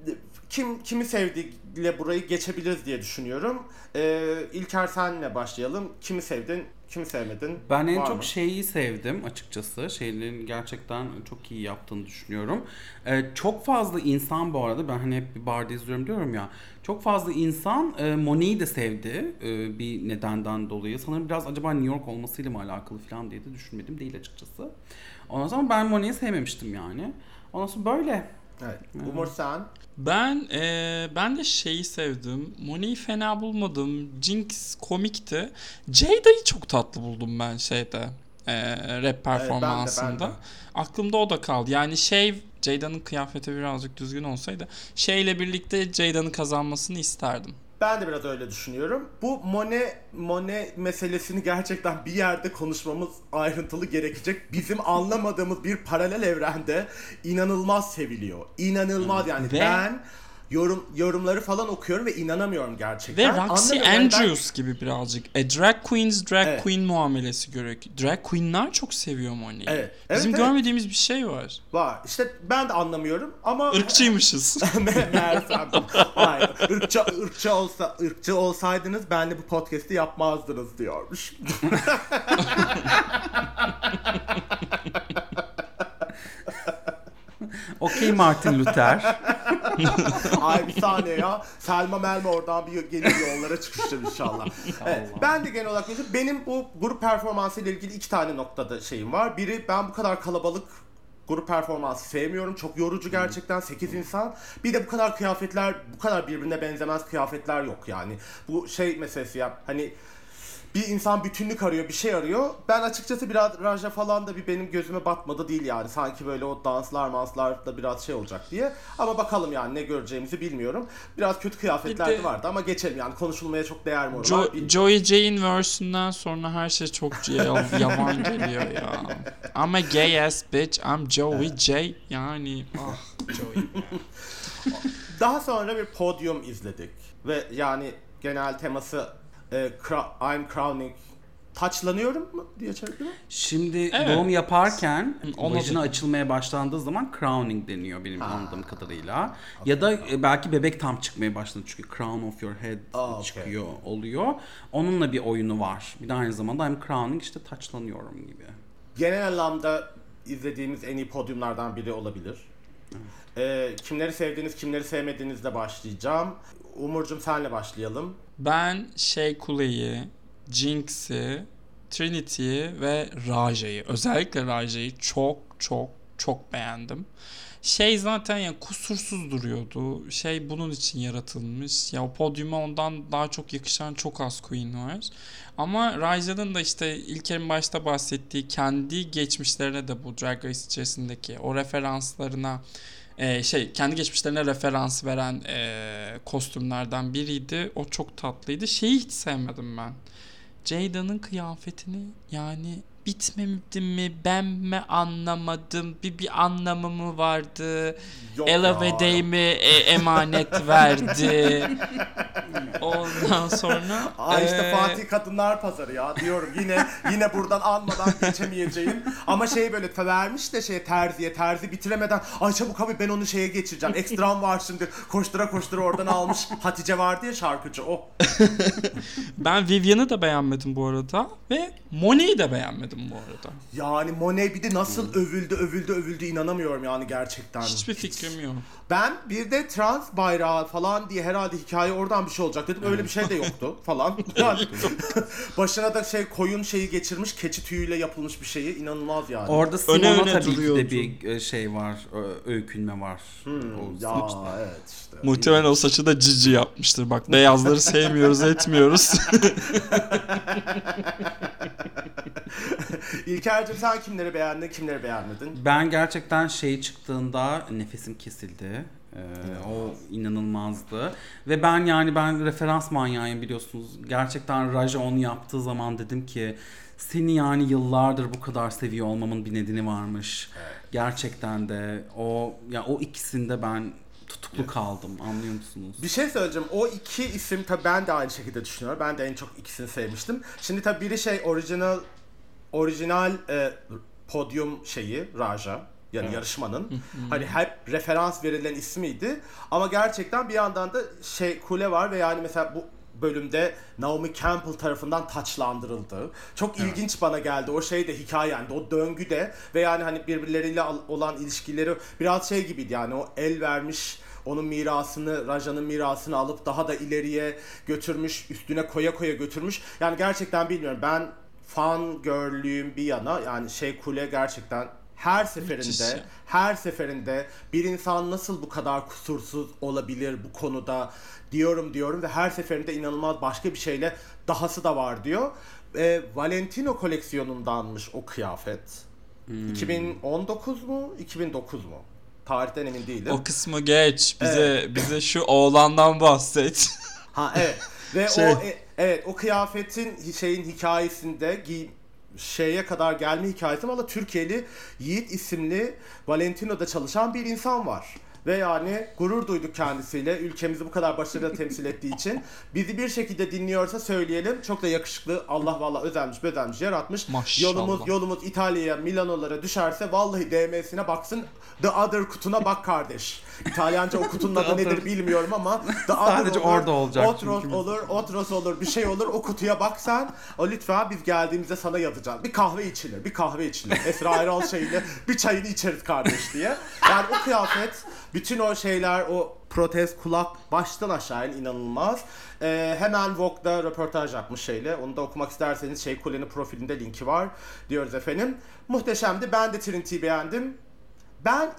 kimi sevdiğiyle burayı geçebiliriz diye düşünüyorum. İlker senle başlayalım. Kimi sevdin, kimi sevmedin? Ben en Var çok mı? şeyi sevdim açıkçası. Şeylerin gerçekten çok iyi yaptığını düşünüyorum. Çok fazla insan bu arada, ben hani hep bir barda izliyorum diyorum ya. Çok fazla insan Monet'i de sevdi bir nedenden dolayı. Sanırım biraz acaba New York olmasıyla mı alakalı falan diye de düşünmedim değil açıkçası. Ondan sonra ben Monet'i sevmemiştim yani. Ondan sonra böyle. Evet. Umur sen? Ben de şeyi sevdim. Monet'i fena bulmadım. Jinx komikti. Jada'yı çok tatlı buldum ben şeyde. Rap performansında. ben de. Aklımda o da kaldı. Yani Jada'nın kıyafeti birazcık düzgün olsaydı şeyle birlikte Jada'nın kazanmasını isterdim. Ben de biraz öyle düşünüyorum. Bu Monet meselesini gerçekten bir yerde konuşmamız ayrıntılı gerekecek. Bizim anlamadığımız bir paralel evrende inanılmaz seviliyor. İnanılmaz yani. Ve Ben yorumları falan okuyorum ve inanamıyorum gerçekten. Ve Roxy Anlamıyorum. Andrews gibi birazcık. Drag Evet. queen muamelesi görüyor. Drag queen'ler çok seviyor Monet'i. Evet. Bizim Evet. görmediğimiz bir şey var. Var. İşte ben de anlamıyorum ama Irkçıymışız. meğersem. Hayır. Irkçı olsaydınız ben de bu podcast'i yapmazdınız diyormuş. Okey Martin Luther. Ay bir saniye ya. Selma Melma oradan bir gelir yollara çıkıştır inşallah. Evet, ben de genel olarak benim bu grup performansı ile ilgili 2 tane noktada şeyim var. Biri, ben bu kadar kalabalık grup performansı sevmiyorum. Çok yorucu gerçekten, 8 insan. Bir de bu kadar kıyafetler, bu kadar birbirine benzemez kıyafetler yok yani. Bu şey meselesi ya, hani bir insan bütünlük arıyor, bir şey arıyor. Ben açıkçası biraz Raja falan da bir benim gözüme batmadı değil yani. Sanki böyle o danslar da biraz şey olacak diye. Ama bakalım yani, ne göreceğimizi bilmiyorum. Biraz kötü kıyafetler de vardı ama geçelim yani, konuşulmaya çok değer mi oralar? Joey J'in verse'ünden sonra her şey çok yavan geliyor ya. I'm a gay ass bitch, I'm Joey J. Yani Joey. Daha sonra bir podyum izledik. Ve yani genel teması I'm crowning, taçlanıyorum mu diye çeviriyor. Şimdi Evet. doğum yaparken Ona vajina da- açılmaya başlandığı zaman crowning deniyor benim anladığım kadarıyla. Ya da belki bebek tam çıkmaya başladı çünkü crown of your head Okay. çıkıyor oluyor. Onunla bir oyunu var. Bir de aynı zamanda I'm crowning, işte taçlanıyorum gibi. Genel anlamda izlediğimiz en iyi podyumlardan biri olabilir. Kimleri sevdiğiniz, kimleri sevmediğinizle başlayacağım. Umurcuğum senle başlayalım. Ben Kule'yi, Jinx'i, Trinity'yi ve Raja'yı, özellikle Raja'yı çok beğendim. Zaten ya kusursuz duruyordu. Bunun için yaratılmış. Ya o podyuma ondan daha çok yakışan çok az queen var. Ama Raja'nın da işte İlker'in başta bahsettiği kendi geçmişlerine de bu Drag Race içerisindeki o referanslarına kendi geçmişlerine referans veren kostümlerden biriydi. O çok tatlıydı. Hiç sevmedim ben. Jada'nın kıyafetini yani bitmedi mi, ben mi anlamadım, bir anlamı mı vardı? Yok Ella ya. ve Day'mi emanet verdi. Ondan sonra İşte Fatih Kadınlar Pazarı ya diyorum, yine buradan almadan geçemeyeceğim. Ama böyle vermiş de terzi bitiremeden, ay çabuk abi ben onu geçireceğim, ekstram var şimdi, koştura oradan almış. Hatice vardı ya, şarkıcı, o. ben Vivian'ı da beğenmedim bu arada ve Monet'i de beğenmedim bu arada. Yani Monet bir de nasıl övüldü inanamıyorum yani gerçekten. Hiçbir fikrim yok. Ben bir de trans bayrağı falan diye herhalde hikaye oradan bir şey olacak dedim. Öyle bir şey de yoktu falan. Yani başına da koyun geçirmiş, keçi tüyüyle yapılmış bir şeyi, inanılmaz yani. Orada Öne Simona öne tabii ki duruyordu. de bir şey var, öykünme var. Ya evet işte. Muhtemelen o saçı da cici yapmıştır. Bak, beyazları sevmiyoruz, etmiyoruz. İlker'cim sen kimleri beğendin, kimleri beğenmedin? Ben gerçekten çıktığında nefesim kesildi. O inanılmazdı. Ve ben referans manyağıyım biliyorsunuz. Gerçekten Raja onu yaptığı zaman dedim ki seni yani yıllardır bu kadar seviyor olmamın bir nedeni varmış. Evet. Gerçekten de o ikisinde ben tutuklu kaldım, anlıyor musunuz? Bir şey söyleyeceğim. O iki isim tabii ben de aynı şekilde düşünüyorum. Ben de en çok ikisini sevmiştim. Şimdi tabii biri orijinal podyum Raja. Yani yarışmanın. Hani hep referans verilen ismiydi. Ama gerçekten bir yandan da Kule var ve yani mesela bu bölümde Naomi Campbell tarafından taçlandırıldı. Çok ilginç bana geldi. O şey de hikaye yani o döngü de ve yani hani birbirleriyle olan ilişkileri biraz şey gibiydi yani o el vermiş onun mirasını, Raja'nın mirasını alıp daha da ileriye götürmüş, üstüne koya koya götürmüş. Yani gerçekten bilmiyorum. Ben fan girl'lüğüm bir yana yani Kule gerçekten her seferinde bir insan nasıl bu kadar kusursuz olabilir bu konuda diyorum ve her seferinde inanılmaz başka bir şeyle dahası da var diyor. Valentino koleksiyonundanmış o kıyafet. 2019 mu? 2009 mu? Tarihten emin değilim. O kısmı geç. Bize şu oğlandan bahset. Ha evet. Ve o kıyafetin hikayesinde şeye kadar gelme hikayesi valla Türkiye'li Yiğit isimli Valentino'da çalışan bir insan var. Ve yani gurur duyduk kendisiyle. Ülkemizi bu kadar başarıyla temsil ettiği için. Bizi bir şekilde dinliyorsa söyleyelim. Çok da yakışıklı. Allah vallahi özenmiş yaratmış. Maşallah. Yolumuz İtalya'ya, Milano'lara düşerse vallahi DM'sine baksın. The Other kutuna bak kardeş. İtalyanca o kutunun adı nedir bilmiyorum ama The Sadece Other orada olacak. Otros olur, bir şey olur. O kutuya bak sen. O lütfen biz geldiğimizde sana yazacağız. Bir kahve içilir. Esra Erol şeyle bir çayını içeriz kardeş diye. Yani o kıyafet, bütün o şeyler, o protez, kulak baştan aşağı inanılmaz. Hemen Vogue'da röportaj yapmış şeyle. Onu da okumak isterseniz Kule'nin profilinde linki var diyoruz efendim. Muhteşemdi. Ben de Trinity'yi beğendim. Ben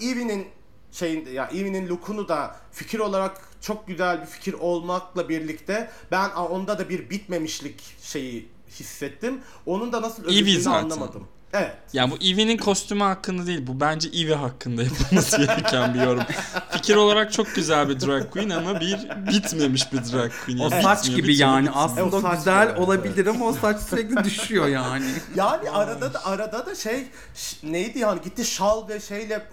Evie'nin look'unu da fikir olarak çok güzel bir fikir olmakla birlikte ben onda da bir bitmemişlik hissettim. Onun da nasıl öldüğünü anlamadım. Evet. Yani bu Evie'nin kostümü hakkında değil. Bu bence Evie hakkında yapılması gereken bir yorum. Fikir olarak çok güzel bir drag queen ama bitmemiş bir drag queen. O saç gibi yani. Aslında o güzel olabilir ama o saç sürekli düşüyor yani. Yani arada da neydi yani gitti şal ve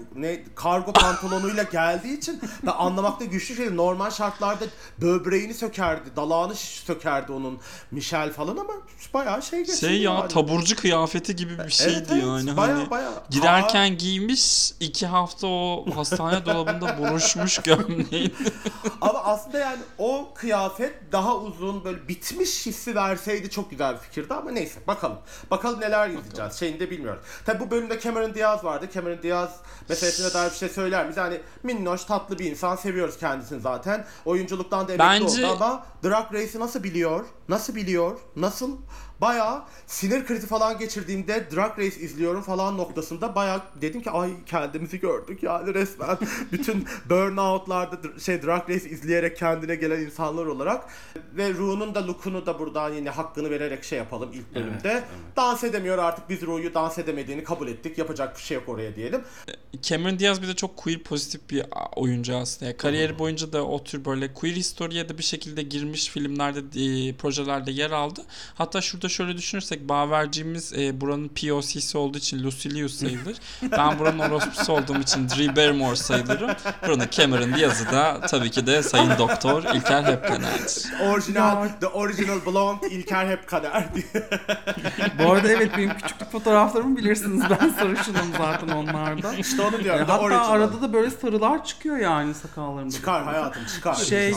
kargo pantolonuyla geldiği için ben anlamakta güçlü şey. Normal şartlarda böbreğini sökerdi, dalağını sökerdi onun Michelle falan ama bayağı yani. Taburcu kıyafeti gibi bir şeydi yani. Bayağı. Girerken giymiş 2 hafta o hastane dolabında buruşmuş gömleğini. Ama aslında yani o kıyafet daha uzun böyle bitmiş hissi verseydi çok güzel bir fikirdi ama neyse bakalım. Bakalım neler izleyeceğiz. Şeyini de bilmiyoruz. Tabi bu bölümde Cameron Diaz vardı. Cameron Diaz meselesine dair bir şey söyler miyiz? Yani minnoş tatlı bir insan, seviyoruz kendisini zaten. Oyunculuktan da emekli oldu ama Drag Race'i nasıl biliyor? Bayağı sinir krizi falan geçirdiğimde Drag Race izliyorum falan noktasında bayağı dedim ki ay kendimizi gördük yani resmen bütün burnoutlarda Drag Race izleyerek kendine gelen insanlar olarak ve Ru'nun da look'unu da buradan yine hakkını vererek yapalım ilk bölümde. Evet. Dans edemiyor artık, biz Ru'yu dans edemediğini kabul ettik, yapacak bir şey yok oraya diyelim. Cameron Diaz bir de çok queer pozitif bir oyuncu aslında. Yani kariyeri boyunca da o tür böyle queer history'ye de bir şekilde girmiş filmlerde, projelerde yer aldı. Hatta şurada şöyle düşünürsek Baverciğimiz buranın POC'si olduğu için Lucilius sayılır. Ben buranın orospusu olduğum için Drew Barrymore sayılırım. Buranın Cameron Diaz'ı da tabii ki de Sayın Doktor İlker Hepkaner'dir. The original blonde İlker Hepkaner diye. Bu arada evet benim küçüklük fotoğraflarımı bilirsiniz. Ben sarışınım zaten onlarda. İşte onu diyorum. Hatta arada da böyle sarılar çıkıyor yani sakallarımda. Çıkar hayatım çıkar.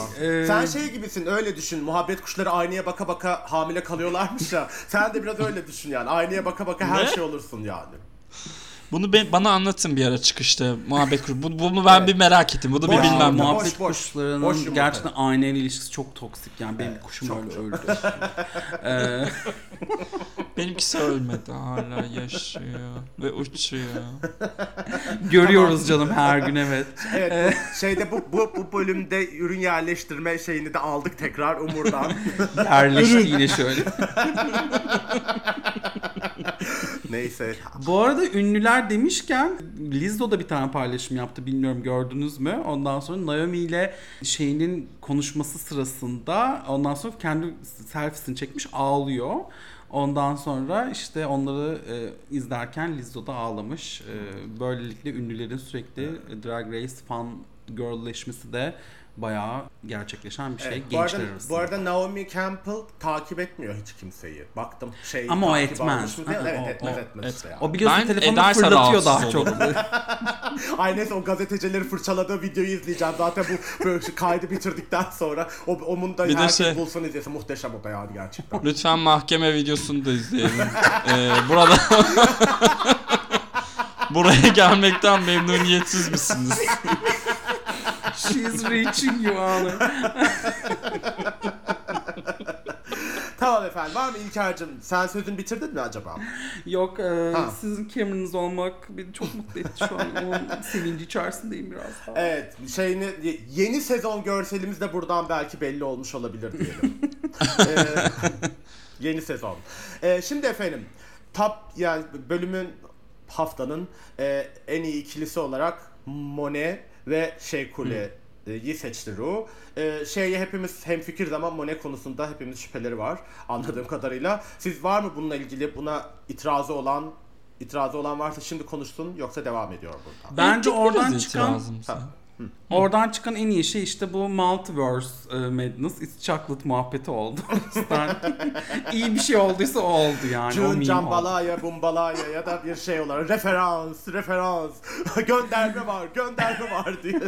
Sen gibisin öyle düşün. Muhabbet kuşları aynaya baka baka hamile kalıyorlarmış ya. Sen de biraz öyle düşün yani. Aynaya baka baka her şey olursun yani. Bunu bana anlatın bir ara çıkışta muhabbet kuşu. Bunu ben bir merak ettim. Bunu bir bilmem. Muhabbet kuşlarının gerçekten aynayla ilişkisi çok toksik yani. Benim kuşum öyle öldü. Benimkisi ölmedi, hala yaşıyor ve uçuyor. Görüyoruz canım her gün evet. Evet bu bölümde ürün yerleştirme şeyini de aldık tekrar Umur'dan. Yerleşti yine şöyle. Neyse. Bu arada ünlüler demişken Lizzo da bir tane paylaşım yaptı, bilmiyorum gördünüz mü? Ondan sonra Naomi ile konuşması sırasında ondan sonra kendi selfiesini çekmiş, ağlıyor. Ondan sonra işte onları izlerken Lizzo da ağlamış. Böylelikle ünlülerin sürekli Drag Race fan girlleşmesi de bayağı gerçekleşen bir şey Evet, gençler arasında. Bu arada Naomi Campbell takip etmiyor hiç kimseyi. Baktım ama o takip etmez. almış mı diye. Evet, etmez işte. O biliyorsun Ben telefonunu ederse fırlatıyor daha rahatsız çok. Ay neyse, o gazetecileri fırçaladığı videoyu izleyeceğim. Zaten bu böyle kaydı bitirdikten sonra onun da Bir de herkes bulsun izlesin. Muhteşem o da yani gerçekten. Lütfen mahkeme videosunu da izleyelim. Burada buraya gelmekten memnuniyetsiz misiniz? She's reaching you Anna. Tamam efendim. Var mı İlker'cim? Sen sözünü bitirdin mi acaba? Yok, sizin Cameron'ınız olmak beni çok mutlu etti şu an. Onun sevinci içerisindeyim biraz daha. Evet. Yeni sezon görselimiz de buradan belki belli olmuş olabilir diyelim. Yeni sezon. Şimdi efendim, yani haftanın en iyi ikilisi olarak Monet ve Kule'yi seçti Ru. Hepimiz hemfikiriz ama Monet konusunda hepimiz şüpheleri var anladığım kadarıyla. Siz var mı bununla ilgili, buna itirazı olan varsa şimdi konuşsun, yoksa devam ediyor burada. Bence oradan çıkan en iyi şey işte bu Multiverse Madness, It's Chocolate muhabbeti oldu. İyi bir şey olduysa o oldu yani. Jun Cambalaya, Bumbalaya ya da bir şey olarak referans gönderme var diye.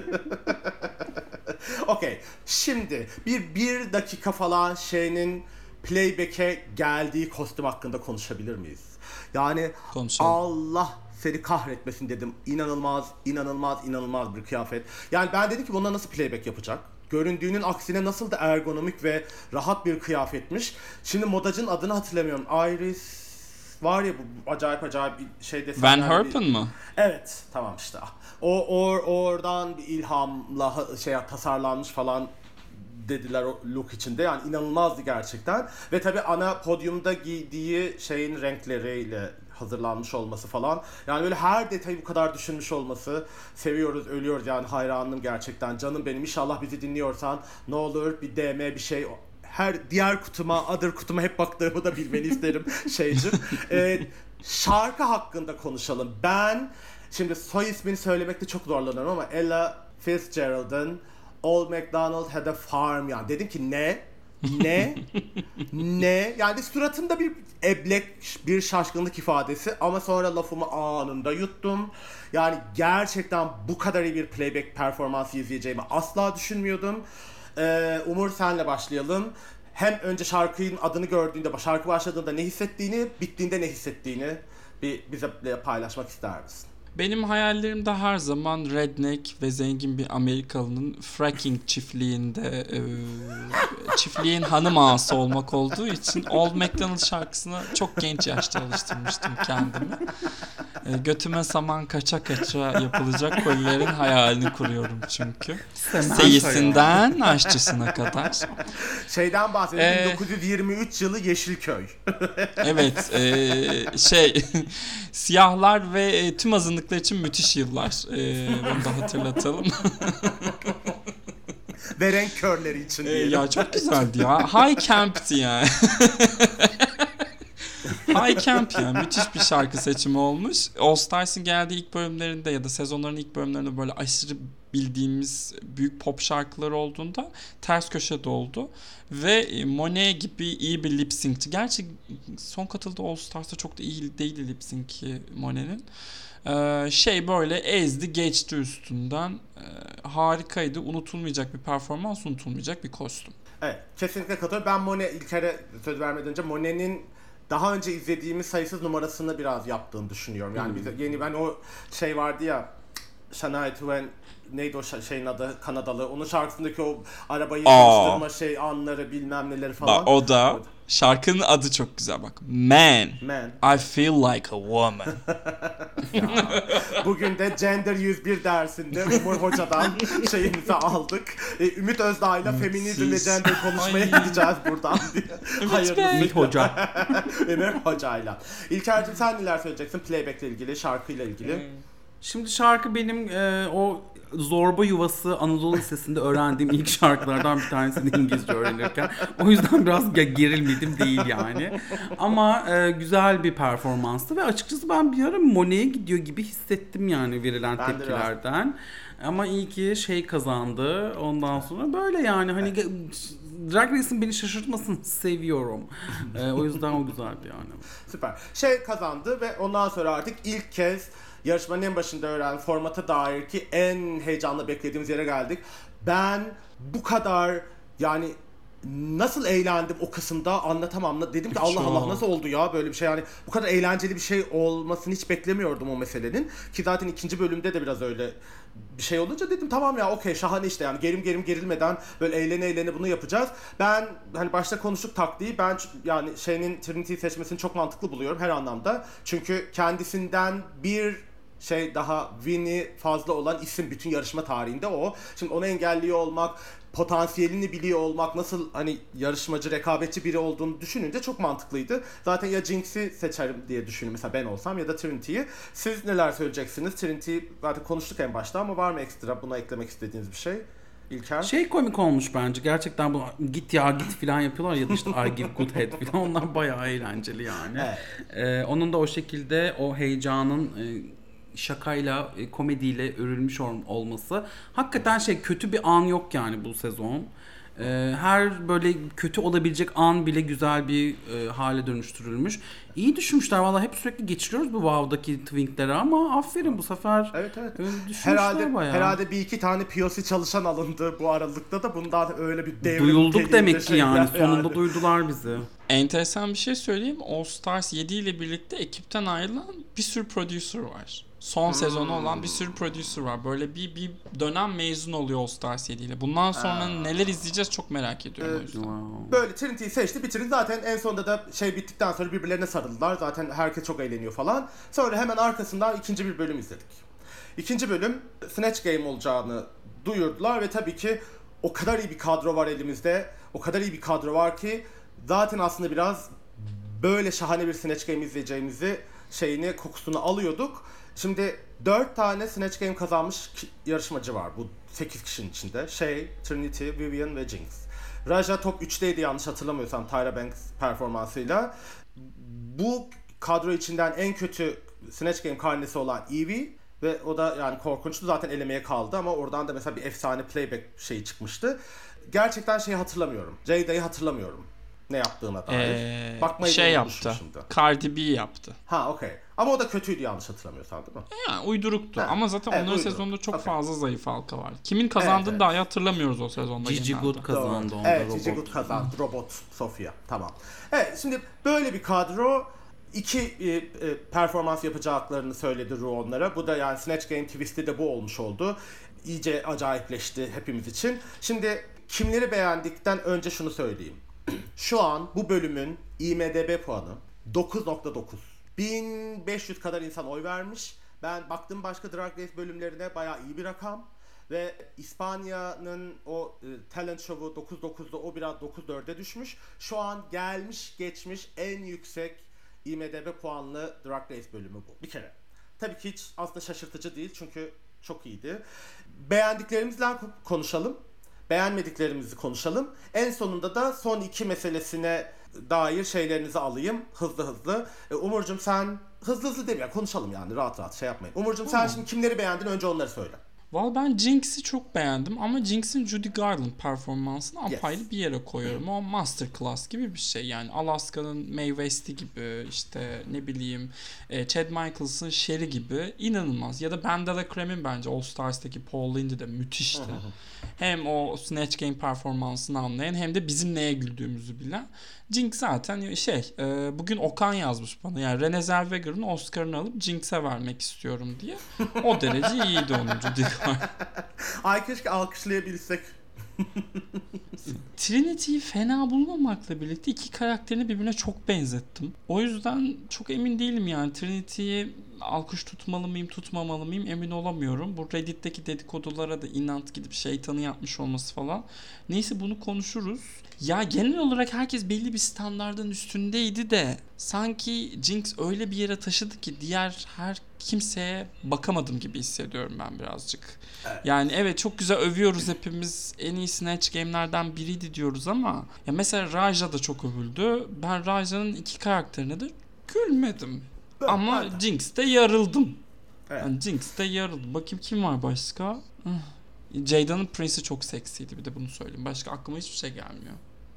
Okey. Şimdi bir dakika falan playback'e geldiği kostüm hakkında konuşabilir miyiz? Yani konuşalım. Allah seni kahretmesin dedim. İnanılmaz bir kıyafet. Yani ben dedim ki buna nasıl playback yapacak? Göründüğünün aksine nasıl da ergonomik ve rahat bir kıyafetmiş. Şimdi modacının adını hatırlamıyorum. Iris var ya, bu acayip bir şey desenler. Van Herpen mı? Evet, tamam işte. Oradan bir ilhamla tasarlanmış falan dediler o look içinde. Yani inanılmazdı gerçekten. Ve tabii ana podyumda giydiği renkleriyle hazırlanmış olması falan. Yani böyle her detayı bu kadar düşünmüş olması. Seviyoruz, ölüyoruz yani, hayranım gerçekten. Canım benim, inşallah bizi dinliyorsan ne olur bir DM bir şey. Her diğer other kutuma hep baktığımı da bilmeni isterim şarkı hakkında konuşalım. Ben şimdi soy ismini söylemekte çok zorlanıyorum ama Ella Fitzgerald'ın Old MacDonald Had a Farm, yani dedim ki ne yani suratımda bir eblek, bir şaşkınlık ifadesi ama sonra lafımı anında yuttum. Yani gerçekten bu kadar iyi bir playback performansı izleyeceğimi asla düşünmüyordum. Umur, senle başlayalım. Hem önce şarkının adını gördüğünde, şarkı başladığında ne hissettiğini, bittiğinde ne hissettiğini bize paylaşmak ister misin? Benim hayallerimde her zaman redneck ve zengin bir Amerikalının fracking çiftliğinde çiftliğin hanım ağası olmak olduğu için Old MacDonald şarkısına çok genç yaşta alıştırmıştım kendimi. Götüme saman kaça yapılacak kolilerin hayalini kuruyorum çünkü. Seyisinden aşçısına kadar. Şeyden bahsedelim, 1923 yılı Yeşilköy. Evet, siyahlar ve tüm azınlıklar için müthiş yıllar. Bunu da hatırlatalım. Ve renk körleri için diyelim. Ya çok güzeldi ya. High Camp'ti yani. High Camp yani, müthiş bir şarkı seçimi olmuş. All Stars'ın geldiği ilk bölümlerinde ya da sezonların ilk bölümlerinde böyle aşırı bildiğimiz büyük pop şarkıları olduğunda ters köşede oldu. Ve Monet gibi iyi bir lip sync'ti. Gerçi son katıldığı All Stars'ta çok da iyi değildi lip sync'i Monet'in. Böyle ezdi geçti üstünden. Harikaydı. Unutulmayacak bir performans, unutulmayacak bir kostüm. Evet, kesinlikle katılıyorum. Ben Monet, İlker'e söz vermeden önce Monet'in daha önce izlediğimiz sayısız numarasını biraz yaptığını düşünüyorum. Yani bize ben o vardı ya, Shania Twain, neydi o şeyin adı, Kanadalı. Onun şarkısındaki o arabayı çalıştırma anları, bilmem neleri falan. Bak, o da şarkının adı çok güzel bak. Man. I feel like a woman. Bugün de Gender 101 dersinde Umur Hoca'dan şeyimizi aldık. Ümit Özdağ'la feminizm ve gender konuşmaya gideceğiz buradan diye. Hayırlısı. Ümit Hoca. Ümit Hoca'yla. İlker'cim sen neler söyleyeceksin playback'le ilgili, şarkıyla ilgili? Şimdi şarkı benim o zorba yuvası Anadolu Lisesi'nde öğrendiğim ilk şarkılardan bir tanesiydi İngilizce öğrenirken. O yüzden biraz gerilmedim değil yani. Ama güzel bir performanstı ve açıkçası ben bir ara Monet'e gidiyor gibi hissettim yani verilen Ben tepkilerden. Ama iyi ki şey kazandı. Ondan sonra böyle yani hani Drag Race'in beni şaşırtmasını seviyorum. O yüzden o güzeldi yani. Süper. Şey kazandı ve ondan sonra artık ilk kez yarışmanın en başında öğrenen formata dair ki en heyecanla beklediğimiz yere geldik. Ben bu kadar yani nasıl eğlendim o kısımda anlatamam. Dedim ki Allah Allah nasıl oldu ya böyle bir şey, yani bu kadar eğlenceli bir şey olmasını hiç beklemiyordum o meselenin. Ki zaten ikinci bölümde de biraz öyle bir şey olunca dedim tamam ya okey şahane işte, yani gerim gerilmeden böyle eğlene bunu yapacağız. Ben hani başta konuştuk taktiği, ben yani şeyin Trinity'yi seçmesini çok mantıklı buluyorum her anlamda. Çünkü kendisinden bir şey daha Winnie fazla olan isim bütün yarışma tarihinde o. Şimdi onu engelliyor olmak, potansiyelini biliyor olmak, nasıl hani yarışmacı, rekabetçi biri olduğunu düşününce çok mantıklıydı. Zaten ya Jinx'i seçerim diye düşünüyorum mesela ben olsam ya da Trinity'yi. Siz neler söyleyeceksiniz? Trinity'yi zaten konuştuk en başta ama var mı ekstra buna eklemek istediğiniz bir şey? İlker? Şey komik olmuş bence. Gerçekten bu git ya git falan yapıyorlar ya da işte I give good head falan. Onlar bayağı eğlenceli yani. Evet. Onun da o şekilde o heyecanın şakayla, komediyle örülmüş olması. Hakikaten kötü bir an yok yani bu sezon. Her böyle kötü olabilecek an bile güzel bir hale dönüştürülmüş. İyi düşünmüşler valla, hep sürekli geçiriyoruz bu WoW'daki twinkleri ama aferin bu sefer. Evet. Düşünmüşler bayağı. Herhalde bir iki tane POC çalışan alındı bu aralıkta da, bundan öyle bir devrim. Duyulduk demek ki yani. Sonunda duydular bizi. Enteresan bir şey söyleyeyim. All Stars 7 ile birlikte ekipten ayrılan bir sürü producer var. Son sezonu olan bir sürü producer var. Böyle bir dönem mezun oluyor All Stars 7 ile. Bundan sonra neler izleyeceğiz çok merak ediyorum o yüzden. Böyle Trinity'yi seçti, bitirdi. Zaten en sonunda da şey bittikten sonra birbirlerine sarıldılar. Zaten herkes çok eğleniyor falan. Sonra hemen arkasından ikinci bir bölüm izledik. İkinci bölüm Snatch Game olacağını duyurdular ve tabii ki o kadar iyi bir kadro var elimizde. O kadar iyi bir kadro var ki zaten aslında biraz böyle şahane bir Snatch Game izleyeceğimizi kokusunu alıyorduk. Şimdi 4 tane Snatch Game kazanmış yarışmacı var bu 8 kişinin içinde. Trinity, Vivienne ve Jinx. Raja top 3'teydi yanlış hatırlamıyorsam Tyra Banks performansıyla. Bu kadro içinden en kötü Snatch Game karnesi olan Evie ve o da yani korkunçtu, zaten elemeye kaldı ama oradan da mesela bir efsane playback çıkmıştı. Gerçekten hatırlamıyorum. Jada'yı hatırlamıyorum. Ne yaptığına dair. Bakmayı yaptı. Cardi B yaptı. Okey. Ama o da kötüydü yanlış hatırlamıyorsam değil mi? Yani uyduruktu. Ama zaten onların sezonunda çok fazla zayıf halka var. Kimin kazandığını dahi hatırlamıyoruz o sezonda. Gigi Good kazandı onda. Evet, Gigi Good kazandı. Robot Sofia. Tamam. Evet, şimdi böyle bir kadro iki performans yapacaklarını söyledi Ru onlara. Bu da yani Snatch Game twist'i de bu olmuş oldu. İyice acayipleşti hepimiz için. Şimdi kimleri beğendikten önce şunu söyleyeyim. Şu an bu bölümün IMDb puanı 9.9. 1500 kadar insan oy vermiş. Ben baktım başka Drag Race bölümlerine, bayağı iyi bir rakam. Ve İspanya'nın o talent show'u 9.9'da, o biraz 9.4'e düşmüş. Şu an gelmiş geçmiş en yüksek IMDb puanlı Drag Race bölümü bu. Bir kere. Tabii ki hiç aslında şaşırtıcı değil çünkü çok iyiydi. Beğendiklerimizle konuşalım. Beğenmediklerimizi konuşalım. En sonunda da son iki meselesine dair şeylerinizi alayım hızlı. Umurcuğum sen hızlı değil mi? Konuşalım yani rahat yapmayın. Umurcuğum sen şimdi kimleri beğendin, önce onları söyle. Valla ben Jinx'i çok beğendim ama Jinx'in Judy Garland performansını apayrı bir yere koyuyorum. O masterclass gibi bir şey. Yani Alaska'nın Mae West'i gibi, işte ne bileyim Chad Michaels'ın Sherry gibi inanılmaz. Ya da Bandela Creme'in bence All Stars'taki Paul Lindy de müthişti. Hem o Snatch Game performansını anlayan hem de bizim neye güldüğümüzü bilen. Jinx zaten bugün Okan yazmış bana, yani Renée Zellweger'ın Oscar'ını alıp Jinx'e vermek istiyorum diye. O derece iyiydi onun Judy Garland. Ay keşke alkışlayabilsek. Trinity'yi fena bulmamakla birlikte iki karakterini birbirine çok benzettim. O yüzden çok emin değilim yani. Trinity'yi alkış tutmalı mıyım tutmamalı mıyım emin olamıyorum. Bu Reddit'teki dedikodulara da inat gidip şeytanı yapmış olması falan. Neyse bunu konuşuruz. Ya genel olarak herkes belli bir standardın üstündeydi de sanki Jinx öyle bir yere taşıdı ki diğer her kimseye bakamadım gibi hissediyorum ben birazcık. Evet. Yani evet çok güzel övüyoruz hepimiz, en iyi Snatch Game'lerden biriydi diyoruz ama ya mesela Raja da çok övüldü. Ben Raja'nın iki karakterine de gülmedim. Ama Jinx'te yarıldım. Evet. Yani Jinx'te yarıldım. Bakayım kim var başka? Jada'nın Prince'i çok seksiydi, bir de bunu söyleyeyim. Başka aklıma hiçbir şey gelmiyor.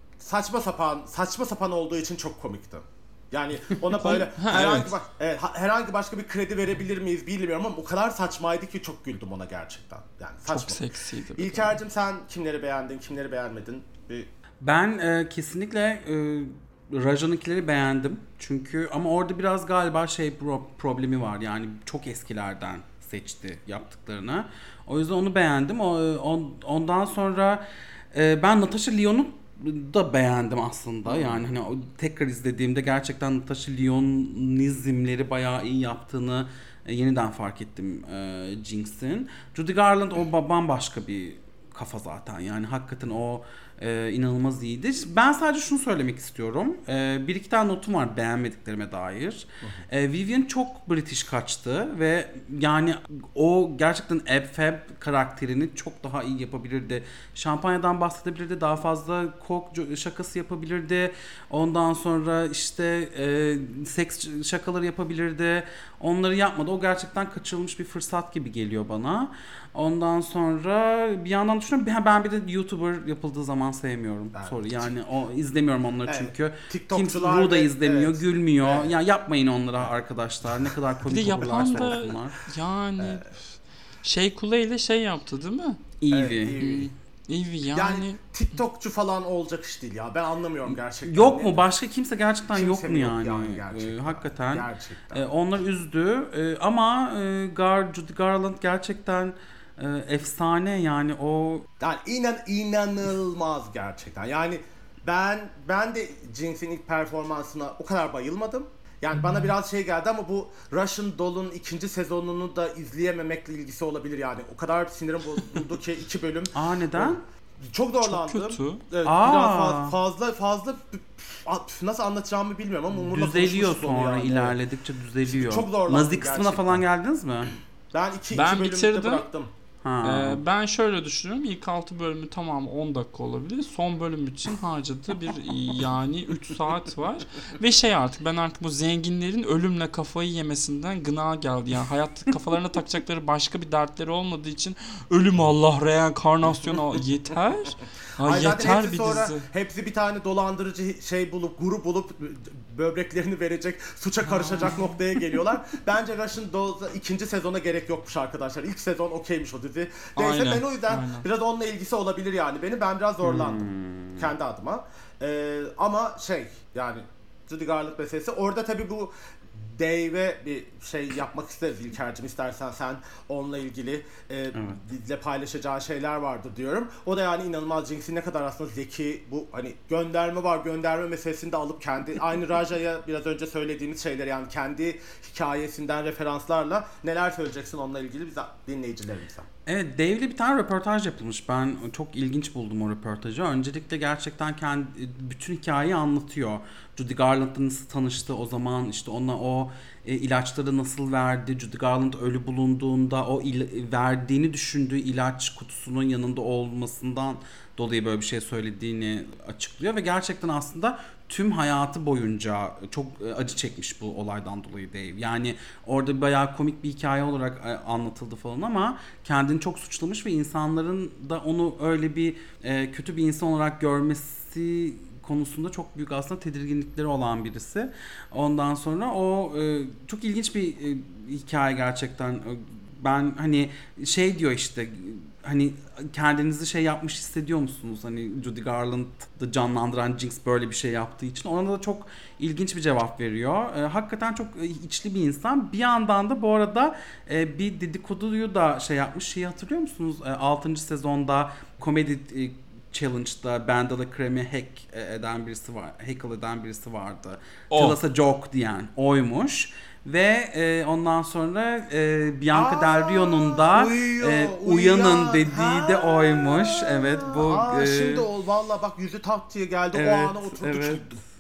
Saçma sapan olduğu için çok komikti. Yani ona böyle herhangi başka bir kredi verebilir miyiz bilmiyorum ama o kadar saçmaydı ki çok güldüm ona gerçekten. Yani saçma. Çok seksiydi. İlker'cim sen kimleri beğendin, kimleri beğenmedin? Ben kesinlikle Raja'nınkileri beğendim. Çünkü ama orada biraz galiba problemi var. Yani çok eskilerden seçti yaptıklarını. O yüzden onu beğendim. Ondan sonra ben Natasha Lyonne'u da beğendim aslında. Yani hani tekrar izlediğimde gerçekten Natasha Lyonne'izmleri bayağı iyi yaptığını yeniden fark ettim Jinx'in. Judy Garland o bambaşka bir kafa zaten. Yani hakikaten o inanılmaz iyiydi. Ben sadece şunu söylemek istiyorum. Bir iki tane notum var beğenmediklerime dair. Vivian çok British kaçtı ve yani o gerçekten Ab Fab karakterini çok daha iyi yapabilirdi. Şampanyadan bahsedebilirdi. Daha fazla coke şakası yapabilirdi. Ondan sonra işte seks şakaları yapabilirdi. Onları yapmadı. O gerçekten kaçırılmış bir fırsat gibi geliyor bana. Ondan sonra bir yandan düşünüyorum. Ben bir de YouTuber yapıldığı zaman sevmiyorum. Evet. Sorry. Yani o izlemiyorum onları çünkü. Kimse Ru da izlemiyor, gülmüyor. Evet. Ya yapmayın onlara arkadaşlar. Ne kadar komik olurlarsa olsunlar. Yani Kule ile yaptı değil mi? Evie. Evie yani TikTokçu falan olacak iş değil ya. Ben anlamıyorum gerçekten. Yok mu? Başka kimse gerçekten yok mu yani? Gerçekten. Hakikaten. Onlar üzdü. Ama Judy Garland gerçekten efsane yani o. Yani inanılmaz gerçekten. Yani ben de Jinx'in ilk performansına o kadar bayılmadım. Yani bana biraz geldi ama bu Russian Doll'un 2. sezonunu da izleyememekle ilgisi olabilir yani. O kadar sinirim bozuldu ki 2 bölüm. Neden? Çok zorlandım. Çok kötü. Evet, biraz fazla nasıl anlatacağımı bilmiyorum ama düzeliyor sonra yani. İlerledikçe düzeliyor. Çok zorlandım. Nazi kısmına gerçekten falan geldiniz mi? Ben 2 bölümde bıraktım. Ben şöyle düşünüyorum. İlk 6 bölümü tamam 10 dakika olabilir. Son bölüm için harcadığı bir yani 3 saat var. Ve artık ben bu zenginlerin ölümle kafayı yemesinden gına geldi. Yani hayat kafalarına takacakları başka bir dertleri olmadığı için ölüm Allah reenkarnasyon yeter. Yeter bir dizi. Hepsi bir tane dolandırıcı grup bulup böbreklerini verecek, suça karışacak noktaya geliyorlar. Bence Russian Doll'da 2. sezona gerek yokmuş arkadaşlar. İlk sezon okeymiş o dizi. Neyse ben o yüzden biraz onunla ilgisi olabilir yani. Ben biraz zorlandım kendi adıma. Ama yani Judy Garland meselesi. Orada tabii bu Dave'e bir yapmak isteriz İlker'cim, istersen sen onunla ilgili bizle paylaşacağı şeyler vardır diyorum. O da yani inanılmaz Jinx'in ne kadar aslında zeki, bu hani gönderme meselesini de alıp kendi aynı Raja'ya biraz önce söylediğimiz şeyler yani kendi hikayesinden referanslarla neler söyleyeceksin onunla ilgili bize, dinleyicilerimize. Evet, Dave'le bir tane röportaj yapılmış. Ben çok ilginç buldum o röportajı. Öncelikle gerçekten bütün hikayeyi anlatıyor. Judy Garland'la nasıl tanıştı o zaman, işte ona o ilaçları nasıl verdi, Judy Garland ölü bulunduğunda o verdiğini düşündüğü ilaç kutusunun yanında olmasından dolayı böyle bir şey söylediğini açıklıyor ve gerçekten aslında tüm hayatı boyunca çok acı çekmiş bu olaydan dolayı Dave. Yani orada bayağı komik bir hikaye olarak anlatıldı falan ama kendini çok suçlamış ve insanların da onu öyle bir kötü bir insan olarak görmesi konusunda çok büyük aslında tedirginlikleri olan birisi. Ondan sonra o çok ilginç bir hikaye gerçekten. Ben hani diyor işte hani kendinizi yapmış hissediyor musunuz? Hani Judy Garland'ı canlandıran Jinx böyle bir şey yaptığı için. Ona da çok ilginç bir cevap veriyor. Hakikaten çok içli bir insan. Bir yandan da bu arada bir dedikoduyu da yapmış. Şeyi hatırlıyor musunuz? 6. sezonda komedi Challenge'da Bandala Krem'i heckle eden birisi vardı. Tell us a joke diyen oymuş. Ve ondan sonra Bianca Del Rio'nun da uyanın dediği de oymuş. Evet bu. Şimdi valla bak yüzü tak diye geldi, evet, o ana oturdu. Evet.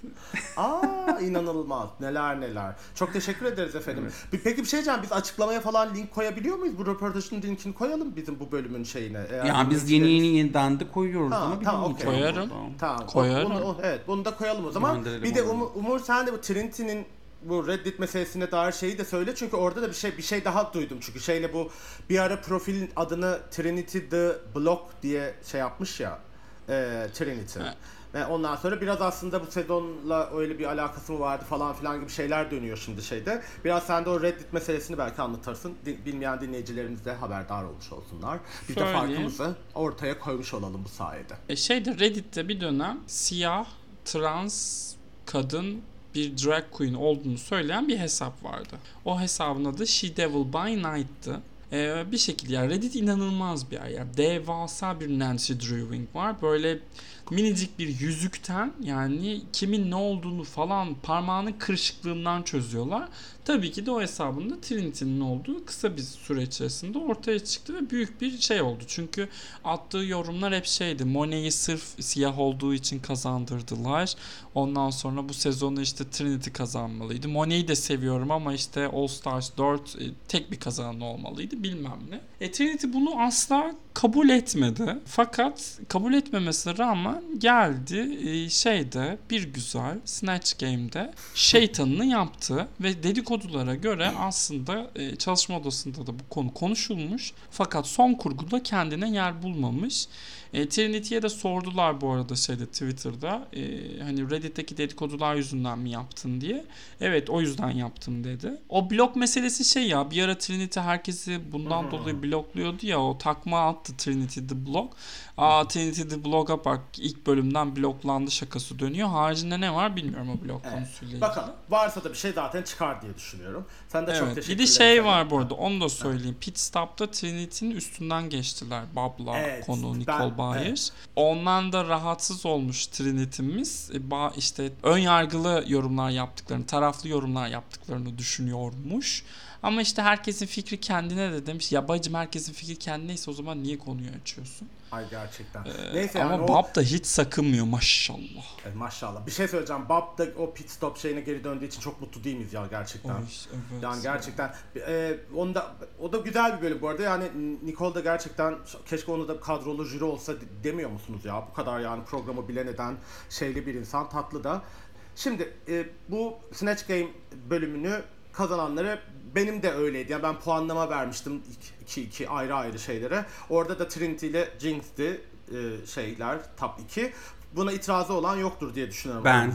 İnanılmaz. Neler. Çok teşekkür ederiz efendim. Evet. Peki bir şey diyeceğim. Biz açıklamaya falan link koyabiliyor muyuz? Bu röportajın linkini koyalım bizim bu bölümün şeyine. Yani biz yeniden de koyuyoruz ama okay. Koyarım. Tamam. Koyarım. Bunu da koyalım o zaman. Bir de Umur sen de bu Trinity'nin bu Reddit meselesine dair şeyi de söyle. Çünkü orada da bir şey daha duydum. Çünkü bu bir ara profilin adını Trinity the Block diye şey yapmış ya. Trinity. Evet. Ve ondan sonra biraz aslında bu sezonla öyle bir alakası mı vardı falan filan gibi şeyler dönüyor şimdi şeyde. Biraz sen de o Reddit meselesini belki anlatırsın. Bilmeyen dinleyicilerimiz de haberdar olmuş olsunlar. Biz de farkımızı ortaya koymuş olalım bu sayede. Reddit'te bir dönem siyah, trans, kadın bir drag queen olduğunu söyleyen bir hesap vardı. O hesabın adı She Devil by Night'tı. Bir şekilde yani Reddit inanılmaz bir yer. Yani devasa bir Nancy Drewing var. Böyle minicik bir yüzükten yani kimin ne olduğunu falan parmağının kırışıklığından çözüyorlar. Tabii ki de o hesabında Trinity'nin olduğu kısa bir süre içerisinde ortaya çıktı ve büyük bir şey oldu. Çünkü attığı yorumlar hep şeydi. Monet'i sırf siyah olduğu için kazandırdılar. Ondan sonra bu sezonu işte Trinity kazanmalıydı. Monet'i de seviyorum ama işte All Stars 4 tek bir kazanan olmalıydı bilmem ne. Trinity bunu asla kabul etmedi. Fakat kabul etmemesine rağmen geldi bir güzel Snatch Game'de şeytanını yaptı ve dedikodulara göre aslında çalışma odasında da bu konu konuşulmuş. Fakat son kurguda kendine yer bulmamış. Trinity'ye de sordular bu arada Twitter'da hani Reddit'teki dedikodular yüzünden mi yaptın diye. Evet o yüzden yaptım dedi. O blok meselesi bir ara Trinity herkesi bundan dolayı blokluyordu ya, o takma attı Trinity the Block. Trinity the Block'a bak ilk bölümden bloklandı şakası dönüyor. Haricinde ne var bilmiyorum o blok konusuyla ilgili. Bakalım varsa da bir şey zaten çıkar diye düşünüyorum. Sen de çok teşekkür ederim. Bir de var bu arada onu da söyleyeyim. Pit Stop'ta Trinity'nin üstünden geçtiler. Bob'la konu Nicole Byers. Evet. Ondan da rahatsız olmuş Trinity'miz. İşte ön yargılı yorumlar yaptıklarını, taraflı yorumlar yaptıklarını düşünüyormuş. Ama işte herkesin fikri kendine de demiş. Ya bacım herkesin fikri kendineyse o zaman niye konuyu açıyorsun? Ay gerçekten. Neyse ama yani Bob da hiç sakınmıyor maşallah. Maşallah. Bir şey söyleyeceğim. Bob da o pit stop şeyine geri döndüğü için çok mutlu değil miyiz ya gerçekten? Evet. Yani gerçekten. O da güzel bir bölüm bu arada. Yani Nicole da gerçekten keşke onu da kadrolu jüri olsa demiyor musunuz ya? Bu kadar yani programı bilen eden şeyli bir insan. Tatlı da. Şimdi bu Snatch Game bölümünü kazananları benim de öyleydi. Yani ben puanlama vermiştim iki ayrı şeylere. Orada da Trinity ile Jinx'ti top 2. Buna itirazı olan yoktur diye düşünüyorum. Ben.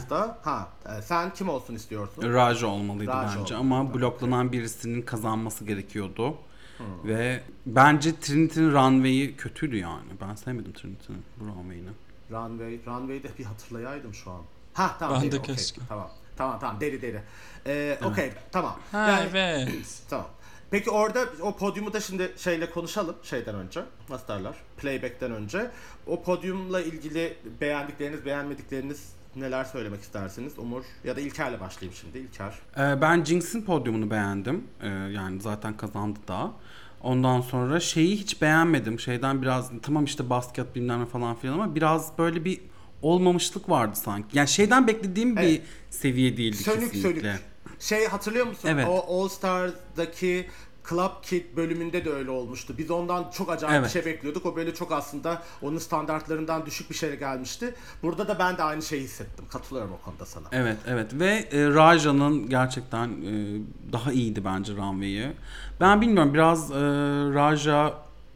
Sen kim olsun istiyorsun? Raja olmalıydı bence ama bloklanan birisinin kazanması gerekiyordu. Ve bence Trinity'nin runway'i kötüydü yani. Ben sevmedim Trinity'nin bu runway'ini. Runway'i de bir hatırlayaydım şu an. Tamam. Ben de keşke. Tamam. Deri. Okey, tamam. Evet. Tamam. Peki orada o podyumu da şimdi konuşalım şeyden önce. Nasıl derler? Playback'ten önce. O podyumla ilgili beğendikleriniz, beğenmedikleriniz neler söylemek istersiniz? Umur ya da İlker'le başlayayım şimdi. İlker. Ben Jinx'in podyumunu beğendim. Yani zaten kazandı da. Ondan sonra hiç beğenmedim. Biraz tamam işte basket bilmem ne falan filan ama biraz böyle bir olmamışlık vardı sanki. Yani beklediğim bir seviye değildi kesinlikle. Hatırlıyor musun? Evet. O All Stars'daki Club Kid bölümünde de öyle olmuştu. Biz ondan çok acayip bir şey bekliyorduk. O böyle çok aslında onun standartlarından düşük bir şeye gelmişti. Burada da ben de aynı şeyi hissettim. Katılıyorum o konuda sana. Evet. Ve Raja'nın gerçekten daha iyiydi bence runway'i. Ben bilmiyorum biraz Raja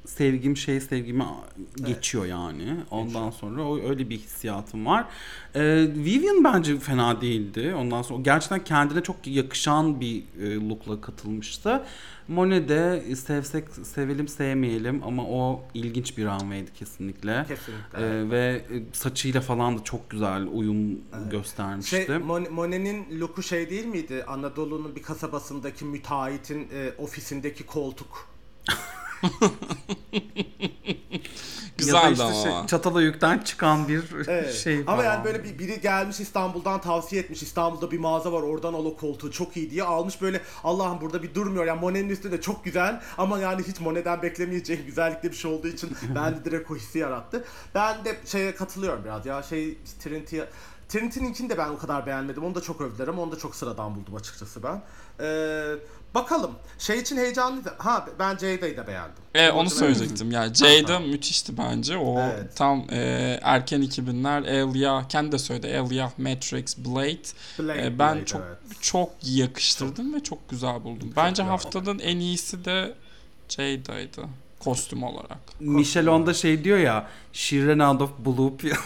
sevgime geçiyor yani. Ondan sonra öyle bir hissiyatım var. Vivian bence fena değildi. Ondan sonra gerçekten kendine çok yakışan bir look'la katılmıştı. Monet de sevsek sevelim sevmeyelim ama o ilginç bir runway'di kesinlikle. Ve saçıyla falan da çok güzel uyum göstermişti. Monet'in look'u değil miydi? Anadolu'nun bir kasabasındaki müteahhitin ofisindeki koltuk. Güzeldi ya da işte ama. Çatalhöyük'ten çıkan bir şey Ama falan. yani böyle biri gelmiş İstanbul'dan tavsiye etmiş. İstanbul'da bir mağaza var, oradan al o koltuğu çok iyi diye almış, böyle Allah'ım burada bir durmuyor. Yani Monet'in üstünde çok güzel ama yani hiç Monet'den beklemeyeceğim güzellikte bir şey olduğu için bende direkt o hissi yarattı. Ben de şeye katılıyorum biraz ya, Trinity'ninkini de ben o kadar beğenmedim. Onu da çok övdüler ama onu da çok sıradan buldum açıkçası ben. Bakalım. Şey için heyecanlıydı. Ben Jada'yı da beğendim. Onu söyleyecektim. Yani Jada müthişti bence. O tam erken 2000'ler Elia, kendi de söyledi. Elia, Matrix, Blade. Ben çok yakıştırdım ve çok güzel buldum. Bence haftanın en iyisi de Jada'ydı. Kostüm olarak. Michelle onda şey diyor ya, she ran out of blue pills.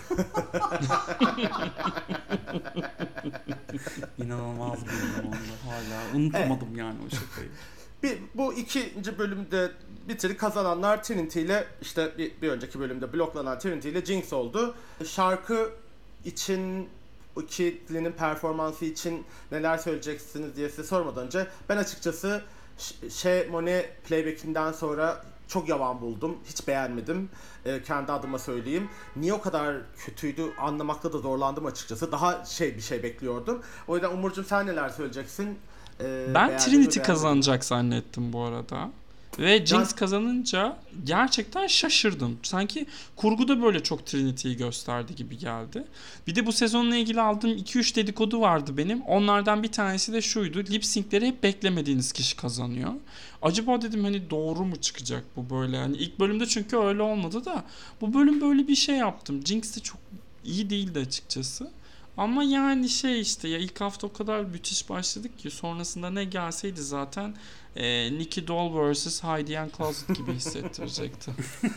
İnanılmaz bir onda hala. Unutamadım yani o şakayı. Bu ikinci bölümde kazananlar Trinity ile işte bir önceki bölümde bloklanan Trinity ile Jinx oldu. Şarkı için, ikilinin performansı için neler söyleyeceksiniz diye size sormadan önce ben açıkçası Monet playback'inden sonra çok yavan buldum. Hiç beğenmedim. Kendi adıma söyleyeyim. Niye o kadar kötüydü anlamakta da zorlandım açıkçası. Daha bir şey bekliyordum. O yüzden Umurcuğum sen neler söyleyeceksin? Ben Trinity kazanacak zannettim bu arada. Ve Jinx kazanınca gerçekten şaşırdım. Sanki kurguda böyle çok Trinity'yi gösterdi gibi geldi. Bir de bu sezonla ilgili aldığım 2-3 dedikodu vardı benim. Onlardan bir tanesi de şuydu. Lip sync'leri hep beklemediğiniz kişi kazanıyor. Acaba dedim hani doğru mu çıkacak bu böyle? Hani ilk bölümde çünkü öyle olmadı da bu bölüm böyle bir şey yaptım. Jinx de çok iyi değildi açıkçası. Ama yani işte ya ilk hafta o kadar müthiş başladık ki sonrasında ne gelseydi zaten Nikki Doll vs. Heidi and Closet gibi hissettirecekti.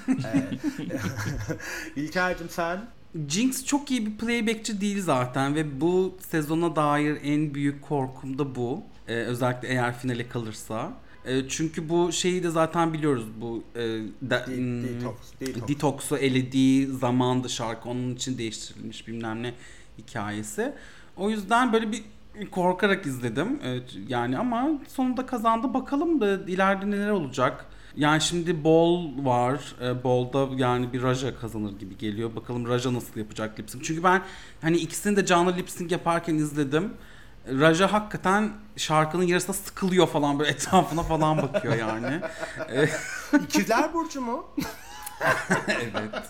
İlker'cim sen? Jinx çok iyi bir playbackçi değil zaten ve bu sezona dair en büyük korkum da bu. Özellikle eğer finale kalırsa. Çünkü bu şeyi de zaten biliyoruz, bu Detox'u elediği zamanda şarkı onun için değiştirilmiş bilmem ne hikayesi. O yüzden böyle bir korkarak izledim. Yani ama sonunda kazandı. Bakalım da ileride neler olacak. Yani şimdi Ball var. Ball'da yani bir Raja kazanır gibi geliyor. Bakalım Raja nasıl yapacak lip sync. Çünkü ben hani ikisini de canlı lip sync yaparken izledim. Raja hakikaten şarkının yarısında sıkılıyor falan, böyle etrafına falan bakıyor yani. İkizler Burcu mu? Evet.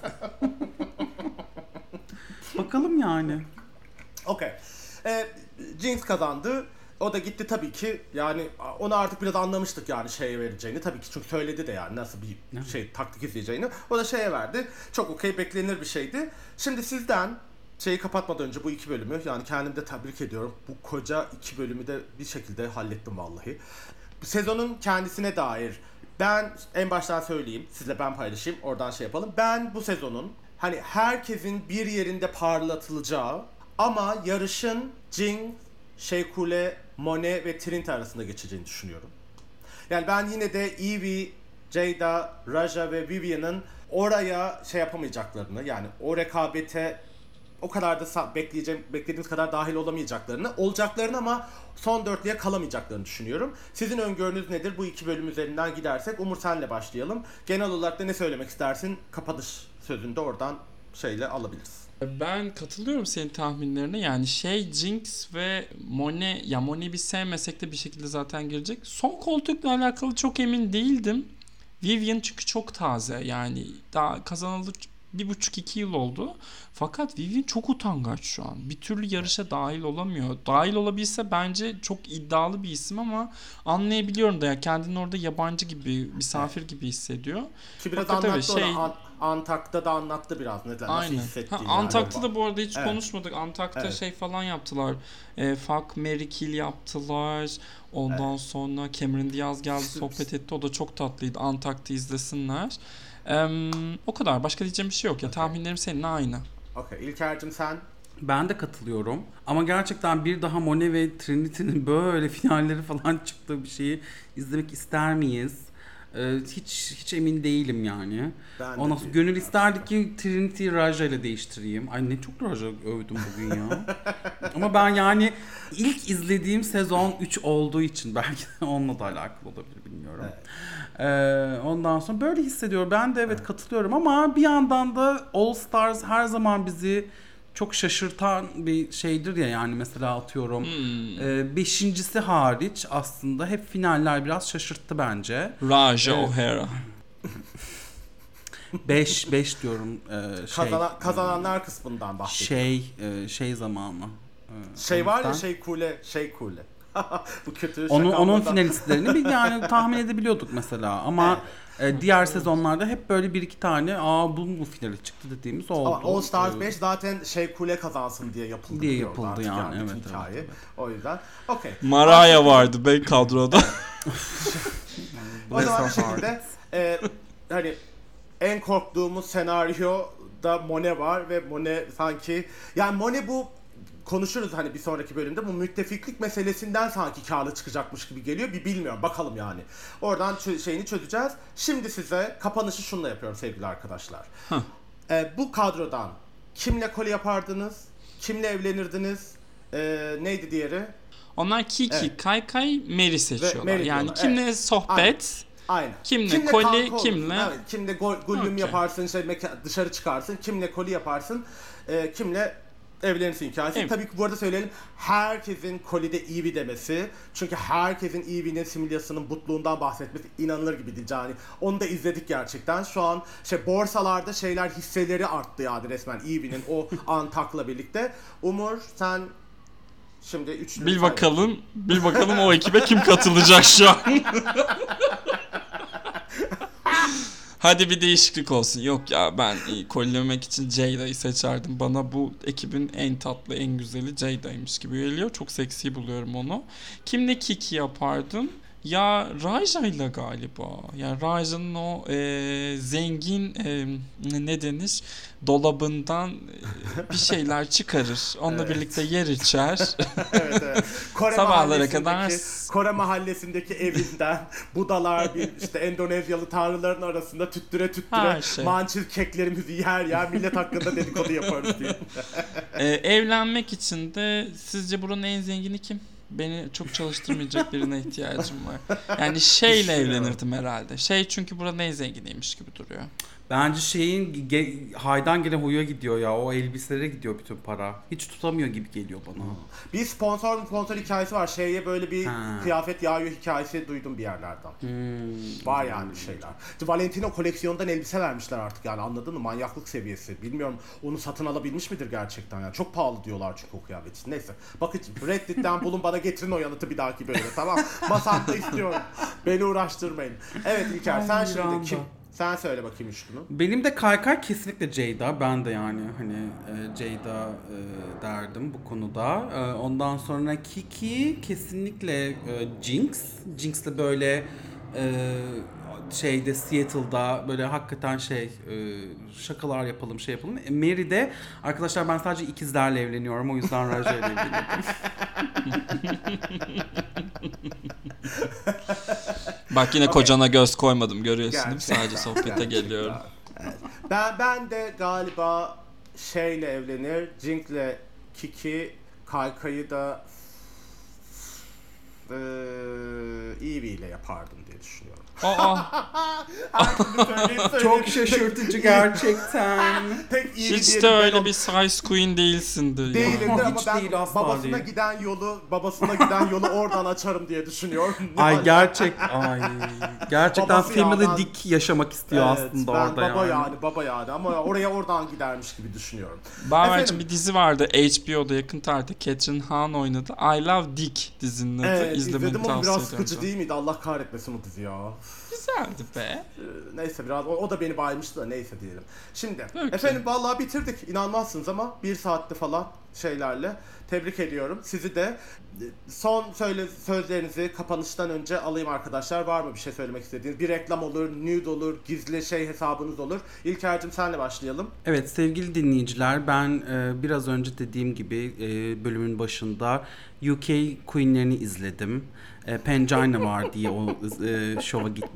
Bakalım yani. Okey. Jinx kazandı. O da gitti tabii ki. Yani onu artık biraz anlamıştık yani şeye vereceğini. Tabii ki çünkü söyledi de yani nasıl bir taktik izleyeceğini. O da şeye verdi. Çok okey, beklenir bir şeydi. Şimdi sizden şeyi kapatmadan önce bu iki bölümü, yani kendimi de tebrik ediyorum. Bu koca iki bölümü de bir şekilde hallettim vallahi. Sezonun kendisine dair ben en baştan söyleyeyim. Sizle ben paylaşayım. Oradan şey yapalım. Ben bu sezonun hani herkesin bir yerinde parlatılacağı ama yarışın Jinx, Shaykhule, Monet ve Trinity arasında geçeceğini düşünüyorum. Yani ben yine de Evie, Jada, Raja ve Vivian'ın oraya şey yapamayacaklarını, yani o rekabete o kadar da beklediğimiz kadar dahil olacaklarını ama son dörtlüye kalamayacaklarını düşünüyorum. Sizin öngörünüz nedir? Bu iki bölüm üzerinden gidersek Umur senle başlayalım. Genel olarak da ne söylemek istersin? Kapanış sözünü de oradan şeyle alabiliriz. Ben katılıyorum senin tahminlerine. Yani Jinx ve Monet, ya Monet'i bir sevmesek de bir şekilde zaten girecek. Son koltukla alakalı çok emin değildim. Vivian çünkü çok taze, yani daha kazanalı 1,5-2 yıl oldu. Fakat Vivian çok utangaç şu an. Bir türlü yarışa dahil olamıyor. Dahil olabilse bence çok iddialı bir isim ama anlayabiliyorum da ya, kendini orada yabancı gibi, misafir gibi hissediyor. Ki biraz fakat anlattı onu. Antak'ta da anlattı biraz nasıl hissettiğini. Antak'ta da bu arada hiç konuşmadık. Antak'ta falan yaptılar. Fuck, Mary Kill yaptılar. Ondan sonra Cameron Diaz geldi, sohbet etti. O da çok tatlıydı. Antak'ta izlesinler. O kadar. Başka diyeceğim bir şey yok ya. Tahminlerim seninle aynı. Okey. İlker'cim sen? Ben de katılıyorum. Ama gerçekten bir daha Monet ve Trinity'nin böyle finalleri falan çıktığı bir şeyi izlemek ister miyiz? Hiç emin değilim yani. Ondan sonra gönül isterdi ki Trinity Raja ile değiştireyim. Ay ne çok Raja övdüm bugün ya. Ama ben yani ilk izlediğim sezon 3 olduğu için belki de onunla da alakalı olabilir, bilmiyorum. düşünüyorum. Ondan sonra böyle hissediyorum. Ben de evet katılıyorum ama bir yandan da All Stars her zaman bizi çok şaşırtan bir şeydir ya, yani mesela atıyorum beşincisi hariç aslında hep finaller biraz şaşırttı bence. Raja O'Hara. 5 diyorum. Kazananlar kısmından bahsediyorum. Şey zamanı. Şey var ya şey kule. Bu kötü onun finalistlerini bir yani tahmin edebiliyorduk mesela ama diğer sezonlarda hep böyle bir iki tane bu finale çıktı dediğimiz oldu. Ama All Stars 5 zaten şey kule kazansın diye yapıldı. Diye yapıldı yani evet. O yüzden okey. Mariah vardı be kadroda. O zaman bir şekilde hani en korktuğumuz senaryoda Monet var ve Monet sanki yani Monet bu konuşuruz hani bir sonraki bölümde bu müttefiklik meselesinden sanki karlı çıkacakmış gibi geliyor. Bilmiyorum bakalım yani. Oradan şeyini çözeceğiz. Şimdi size kapanışı şunla yapıyorum sevgili arkadaşlar. Bu kadrodan kimle kolye yapardınız? Kimle evlenirdiniz? Neydi diğeri? Onlar Kiki, Kaykay, Mary seçiyorlar. Mary yani diyorlar. kimle sohbet, Aynen. kimle kolye, kimle... Evet, kimle gullüm yaparsın, dışarı çıkarsın, kimle koli yaparsın, kimle evlenirsin hikayesi. Evet. Tabii ki bu arada söyleyelim, herkesin kolide Evie demesi, çünkü herkesin Evie'nin Similias'ının butluğundan bahsetmesi inanılır gibi değil yani. Onu da izledik gerçekten. Şu an borsalarda hisseleri arttı yani resmen Evie'nin o Antak'la birlikte. Umur sen şimdi üçlü... Bil bakalım o ekibe kim katılacak şu an. Hadi bir değişiklik olsun. Yok ya ben kollemek için Jada'yı seçerdim. Bana bu ekibin en tatlı, en güzeli Jada'ymış gibi geliyor. Çok seksi buluyorum onu. Kimle Kiki yapardım? Ya Raja'yla galiba. Yani Raja'nın o zengin ne denir? Dolabından bir şeyler çıkarır. Onunla birlikte yer içer. Evet. Sabahlara kadar. Kore mahallesindeki evinden budalar Endonezyalı tanrıların arasında tüttüre mançil keklerimizi yer millet hakkında dedikodu yaparız diye. Evlenmek için de sizce buranın en zengini kim? Beni çok çalıştırmayacak birine ihtiyacım var. Yani şeyle evlenirdim herhalde. Çünkü buranın en zenginiymiş gibi duruyor. Bence haydan gelen huya gidiyor ya. O elbiselere gidiyor bütün para. Hiç tutamıyor gibi geliyor bana. Bir sponsor hikayesi var. Böyle bir kıyafet yağıyor hikayesi duydum bir yerlerden. Var yani şeyler. Valentino koleksiyondan elbise vermişler artık yani, anladın mı? Manyaklık seviyesi. Bilmiyorum onu satın alabilmiş midir gerçekten yani. Çok pahalı diyorlar çünkü o kıyafet için. Neyse. Bakın Reddit'ten bulun bana getirin o yanıtı bir dahaki bölüme, tamam. Masamda istiyorum. Beni uğraştırmayın. Evet İlker sen şimdi kim? Sen söyle bakayım üçlünü. Benim de Kaykay kesinlikle Jada. Ben de yani hani Jada derdim bu konuda. Ondan sonra Kiki kesinlikle Jinx. Jinx'le böyle Seattle'da böyle hakikaten şakalar yapalım Mary de arkadaşlar ben sadece ikizlerle evleniyorum, o yüzden Raja ile evleniyorum. Bak yine kocana göz koymadım, görüyorsun değil mi? Sadece sohbete geliyorum. Evet. Ben de galiba şeyle evlenir. Jinx'le Kiki, Kaykay'ı da Evie ile yapardım diye düşünüyorum. Çok şaşırtıcı gerçekten. Hiç de öyle bir size queen değilsindir. Değilimdir ama hiç ben değil, asla babasına değil. giden yolu oradan açarım diye düşünüyorum. Gerçekten Babası family yağdan- dick yaşamak istiyor aslında ben orada baba yani ama oraya oradan gidermiş gibi düşünüyorum. Baver'cim bir dizi vardı HBO'da yakın tarihte, Catherine Hahn oynadı. I Love Dick dizinin adı. Evet, İzlemeni izledim ama tavsiye biraz ediyorum. sıkıcı değil miydi? Allah kahretmesin o dizi ya. Güzeldi be. Neyse biraz o da beni baymıştı da neyse diyelim. Şimdi Okay. efendim vallahi bitirdik. İnanmazsınız ama 1 saatte falan şeylerle. Tebrik ediyorum. Sizi de son sözlerinizi kapanıştan önce alayım arkadaşlar. Var mı bir şey söylemek istediğiniz? Bir reklam olur, nude olur, gizli hesabınız olur. İlker'cim senle başlayalım. Evet sevgili dinleyiciler, ben biraz önce dediğim gibi bölümün başında UK Queen'lerini izledim. Pangina var diye o şova gitmiştim.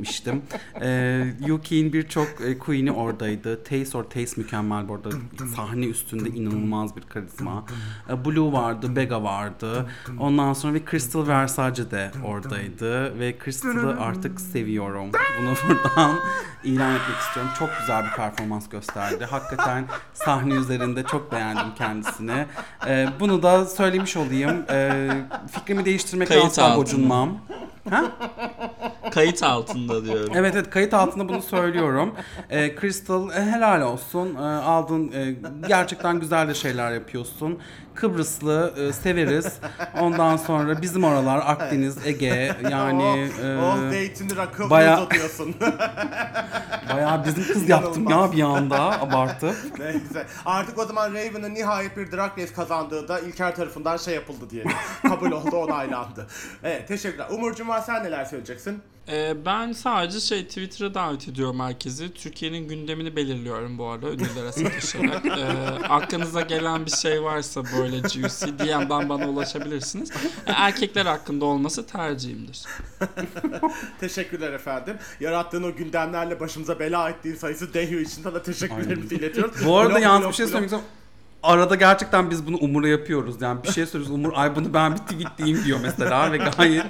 gitmiştim. UK'in birçok queen'i oradaydı. Taste mükemmel bu arada. Sahne üstünde inanılmaz bir karizma. Blue vardı, Bega vardı. Ondan sonra ve Crystal Versace de oradaydı. Ve Crystal'ı artık seviyorum. Bunu buradan ilan etmek istiyorum. Çok güzel bir performans gösterdi. Hakikaten sahne üzerinde çok beğendim kendisini. Bunu da söylemiş olayım. Fikrimi değiştirmekten asla gocunmam. Ha? Kayıt altında diyorum. Evet kayıt altında bunu söylüyorum. Crystal helal olsun. Aldın gerçekten güzel de şeyler yapıyorsun. Kıbrıslı severiz. Ondan sonra bizim oralar Akdeniz, Ege yani zeytini rakı bayağı diyorsun. bayağı bizim kız yaptım ya bir anda abartıp. Neyse. Artık o zaman Raven'ın nihayet bir Drag Race kazandığı da İlker tarafından şey yapıldı diyelim. Kabul oldu, onaylandı. Evet, teşekkürler. Umurcuğum var, sen neler söyleyeceksin? Ben sadece Twitter'a davet ediyorum herkesi. Türkiye'nin gündemini belirliyorum bu arada ünlülere satışarak. Aklınıza gelen bir şey varsa böyle juicy DM'den bana ulaşabilirsiniz. Erkekler hakkında olması tercihimdir. Teşekkürler efendim. Yarattığın o gündemlerle başımıza bela ettiğin sayısı Dehyu için sana teşekkürlerimizi iletiyoruz. Bu arada yalnız bir şey söylemek istiyorum. Arada gerçekten biz bunu Umur'a yapıyoruz. Yani bir şey söylüyoruz. Umur ay bunu ben bir tweetleyeyim diyor mesela ve gayet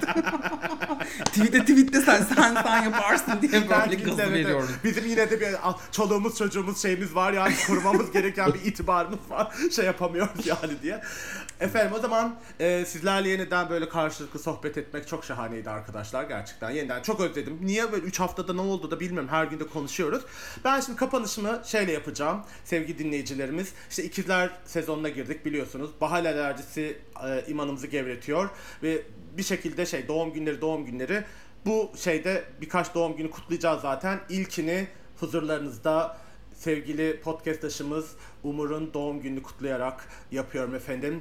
tweetle sen yaparsın diye böyle gazı veriyoruz. Bizim yine de bir çoluğumuz çocuğumuz şeyimiz var yani korumamız gereken bir itibarımız var. Şey yapamıyoruz yani diye. Efendim o zaman sizlerle yeniden böyle karşılıklı sohbet etmek çok şahaneydi arkadaşlar gerçekten. Yeniden çok özledim. Niye böyle 3 haftada ne oldu da bilmiyorum, her gün de konuşuyoruz. Ben şimdi kapanışımı şeyle yapacağım sevgili dinleyicilerimiz. İşte ikizler sezonuna girdik biliyorsunuz. Bahar alerjisi imanımızı gevretiyor ve bir şekilde doğum günleri bu birkaç doğum günü kutlayacağız zaten. İlkini huzurlarınızda sevgili podcast'taşımız Umur'un doğum gününü kutlayarak yapıyorum efendim.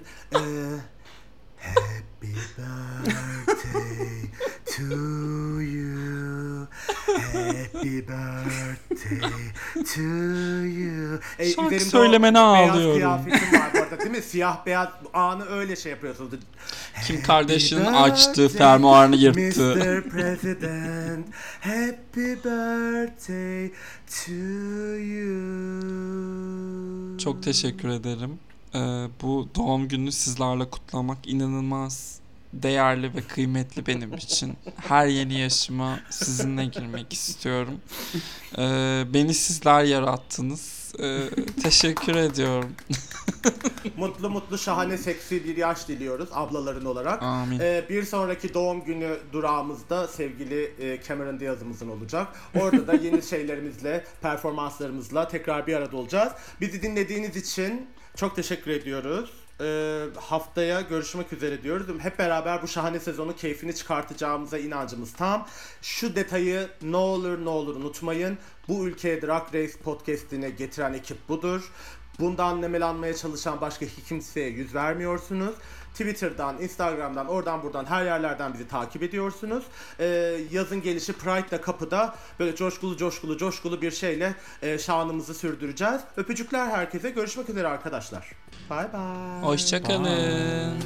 Happy birthday to you. Happy birthday to you. Şarkı söylemene ağlıyorum. Beyaz kıyafetim var bu arada değil mi? Siyah beyaz anı öyle şey yapıyorsunuz. Kim Kardashian'ın açtığı fermuarını yırttı. Mr. President, happy birthday to you. Çok teşekkür ederim. Bu doğum gününü sizlerle kutlamak inanılmaz değerli ve kıymetli benim için. Her yeni yaşıma sizinle girmek istiyorum. Beni sizler yarattınız. Teşekkür ediyorum. Mutlu şahane seksi bir yaş diliyoruz ablaların olarak. Amin. Bir sonraki doğum günü durağımızda sevgili Cameron Diaz'ımızın olacak. Orada da yeni şeylerimizle, performanslarımızla tekrar bir arada olacağız. Bizi dinlediğiniz için çok teşekkür ediyoruz. Haftaya görüşmek üzere diyoruz. Hep beraber bu şahane sezonu keyfini çıkartacağımıza inancımız tam. Şu detayı ne olur unutmayın. Bu ülkeye Drag Race podcast'ine getiren ekip budur. Bundan nemelanmaya çalışan başka kimseye yüz vermiyorsunuz. Twitter'dan, Instagram'dan, oradan buradan her yerlerden bizi takip ediyorsunuz. Yazın gelişi Pride'da kapıda böyle coşkulu bir şeyle şanımızı sürdüreceğiz. Öpücükler herkese. Görüşmek üzere arkadaşlar. Bye bye. Hoşçakalın.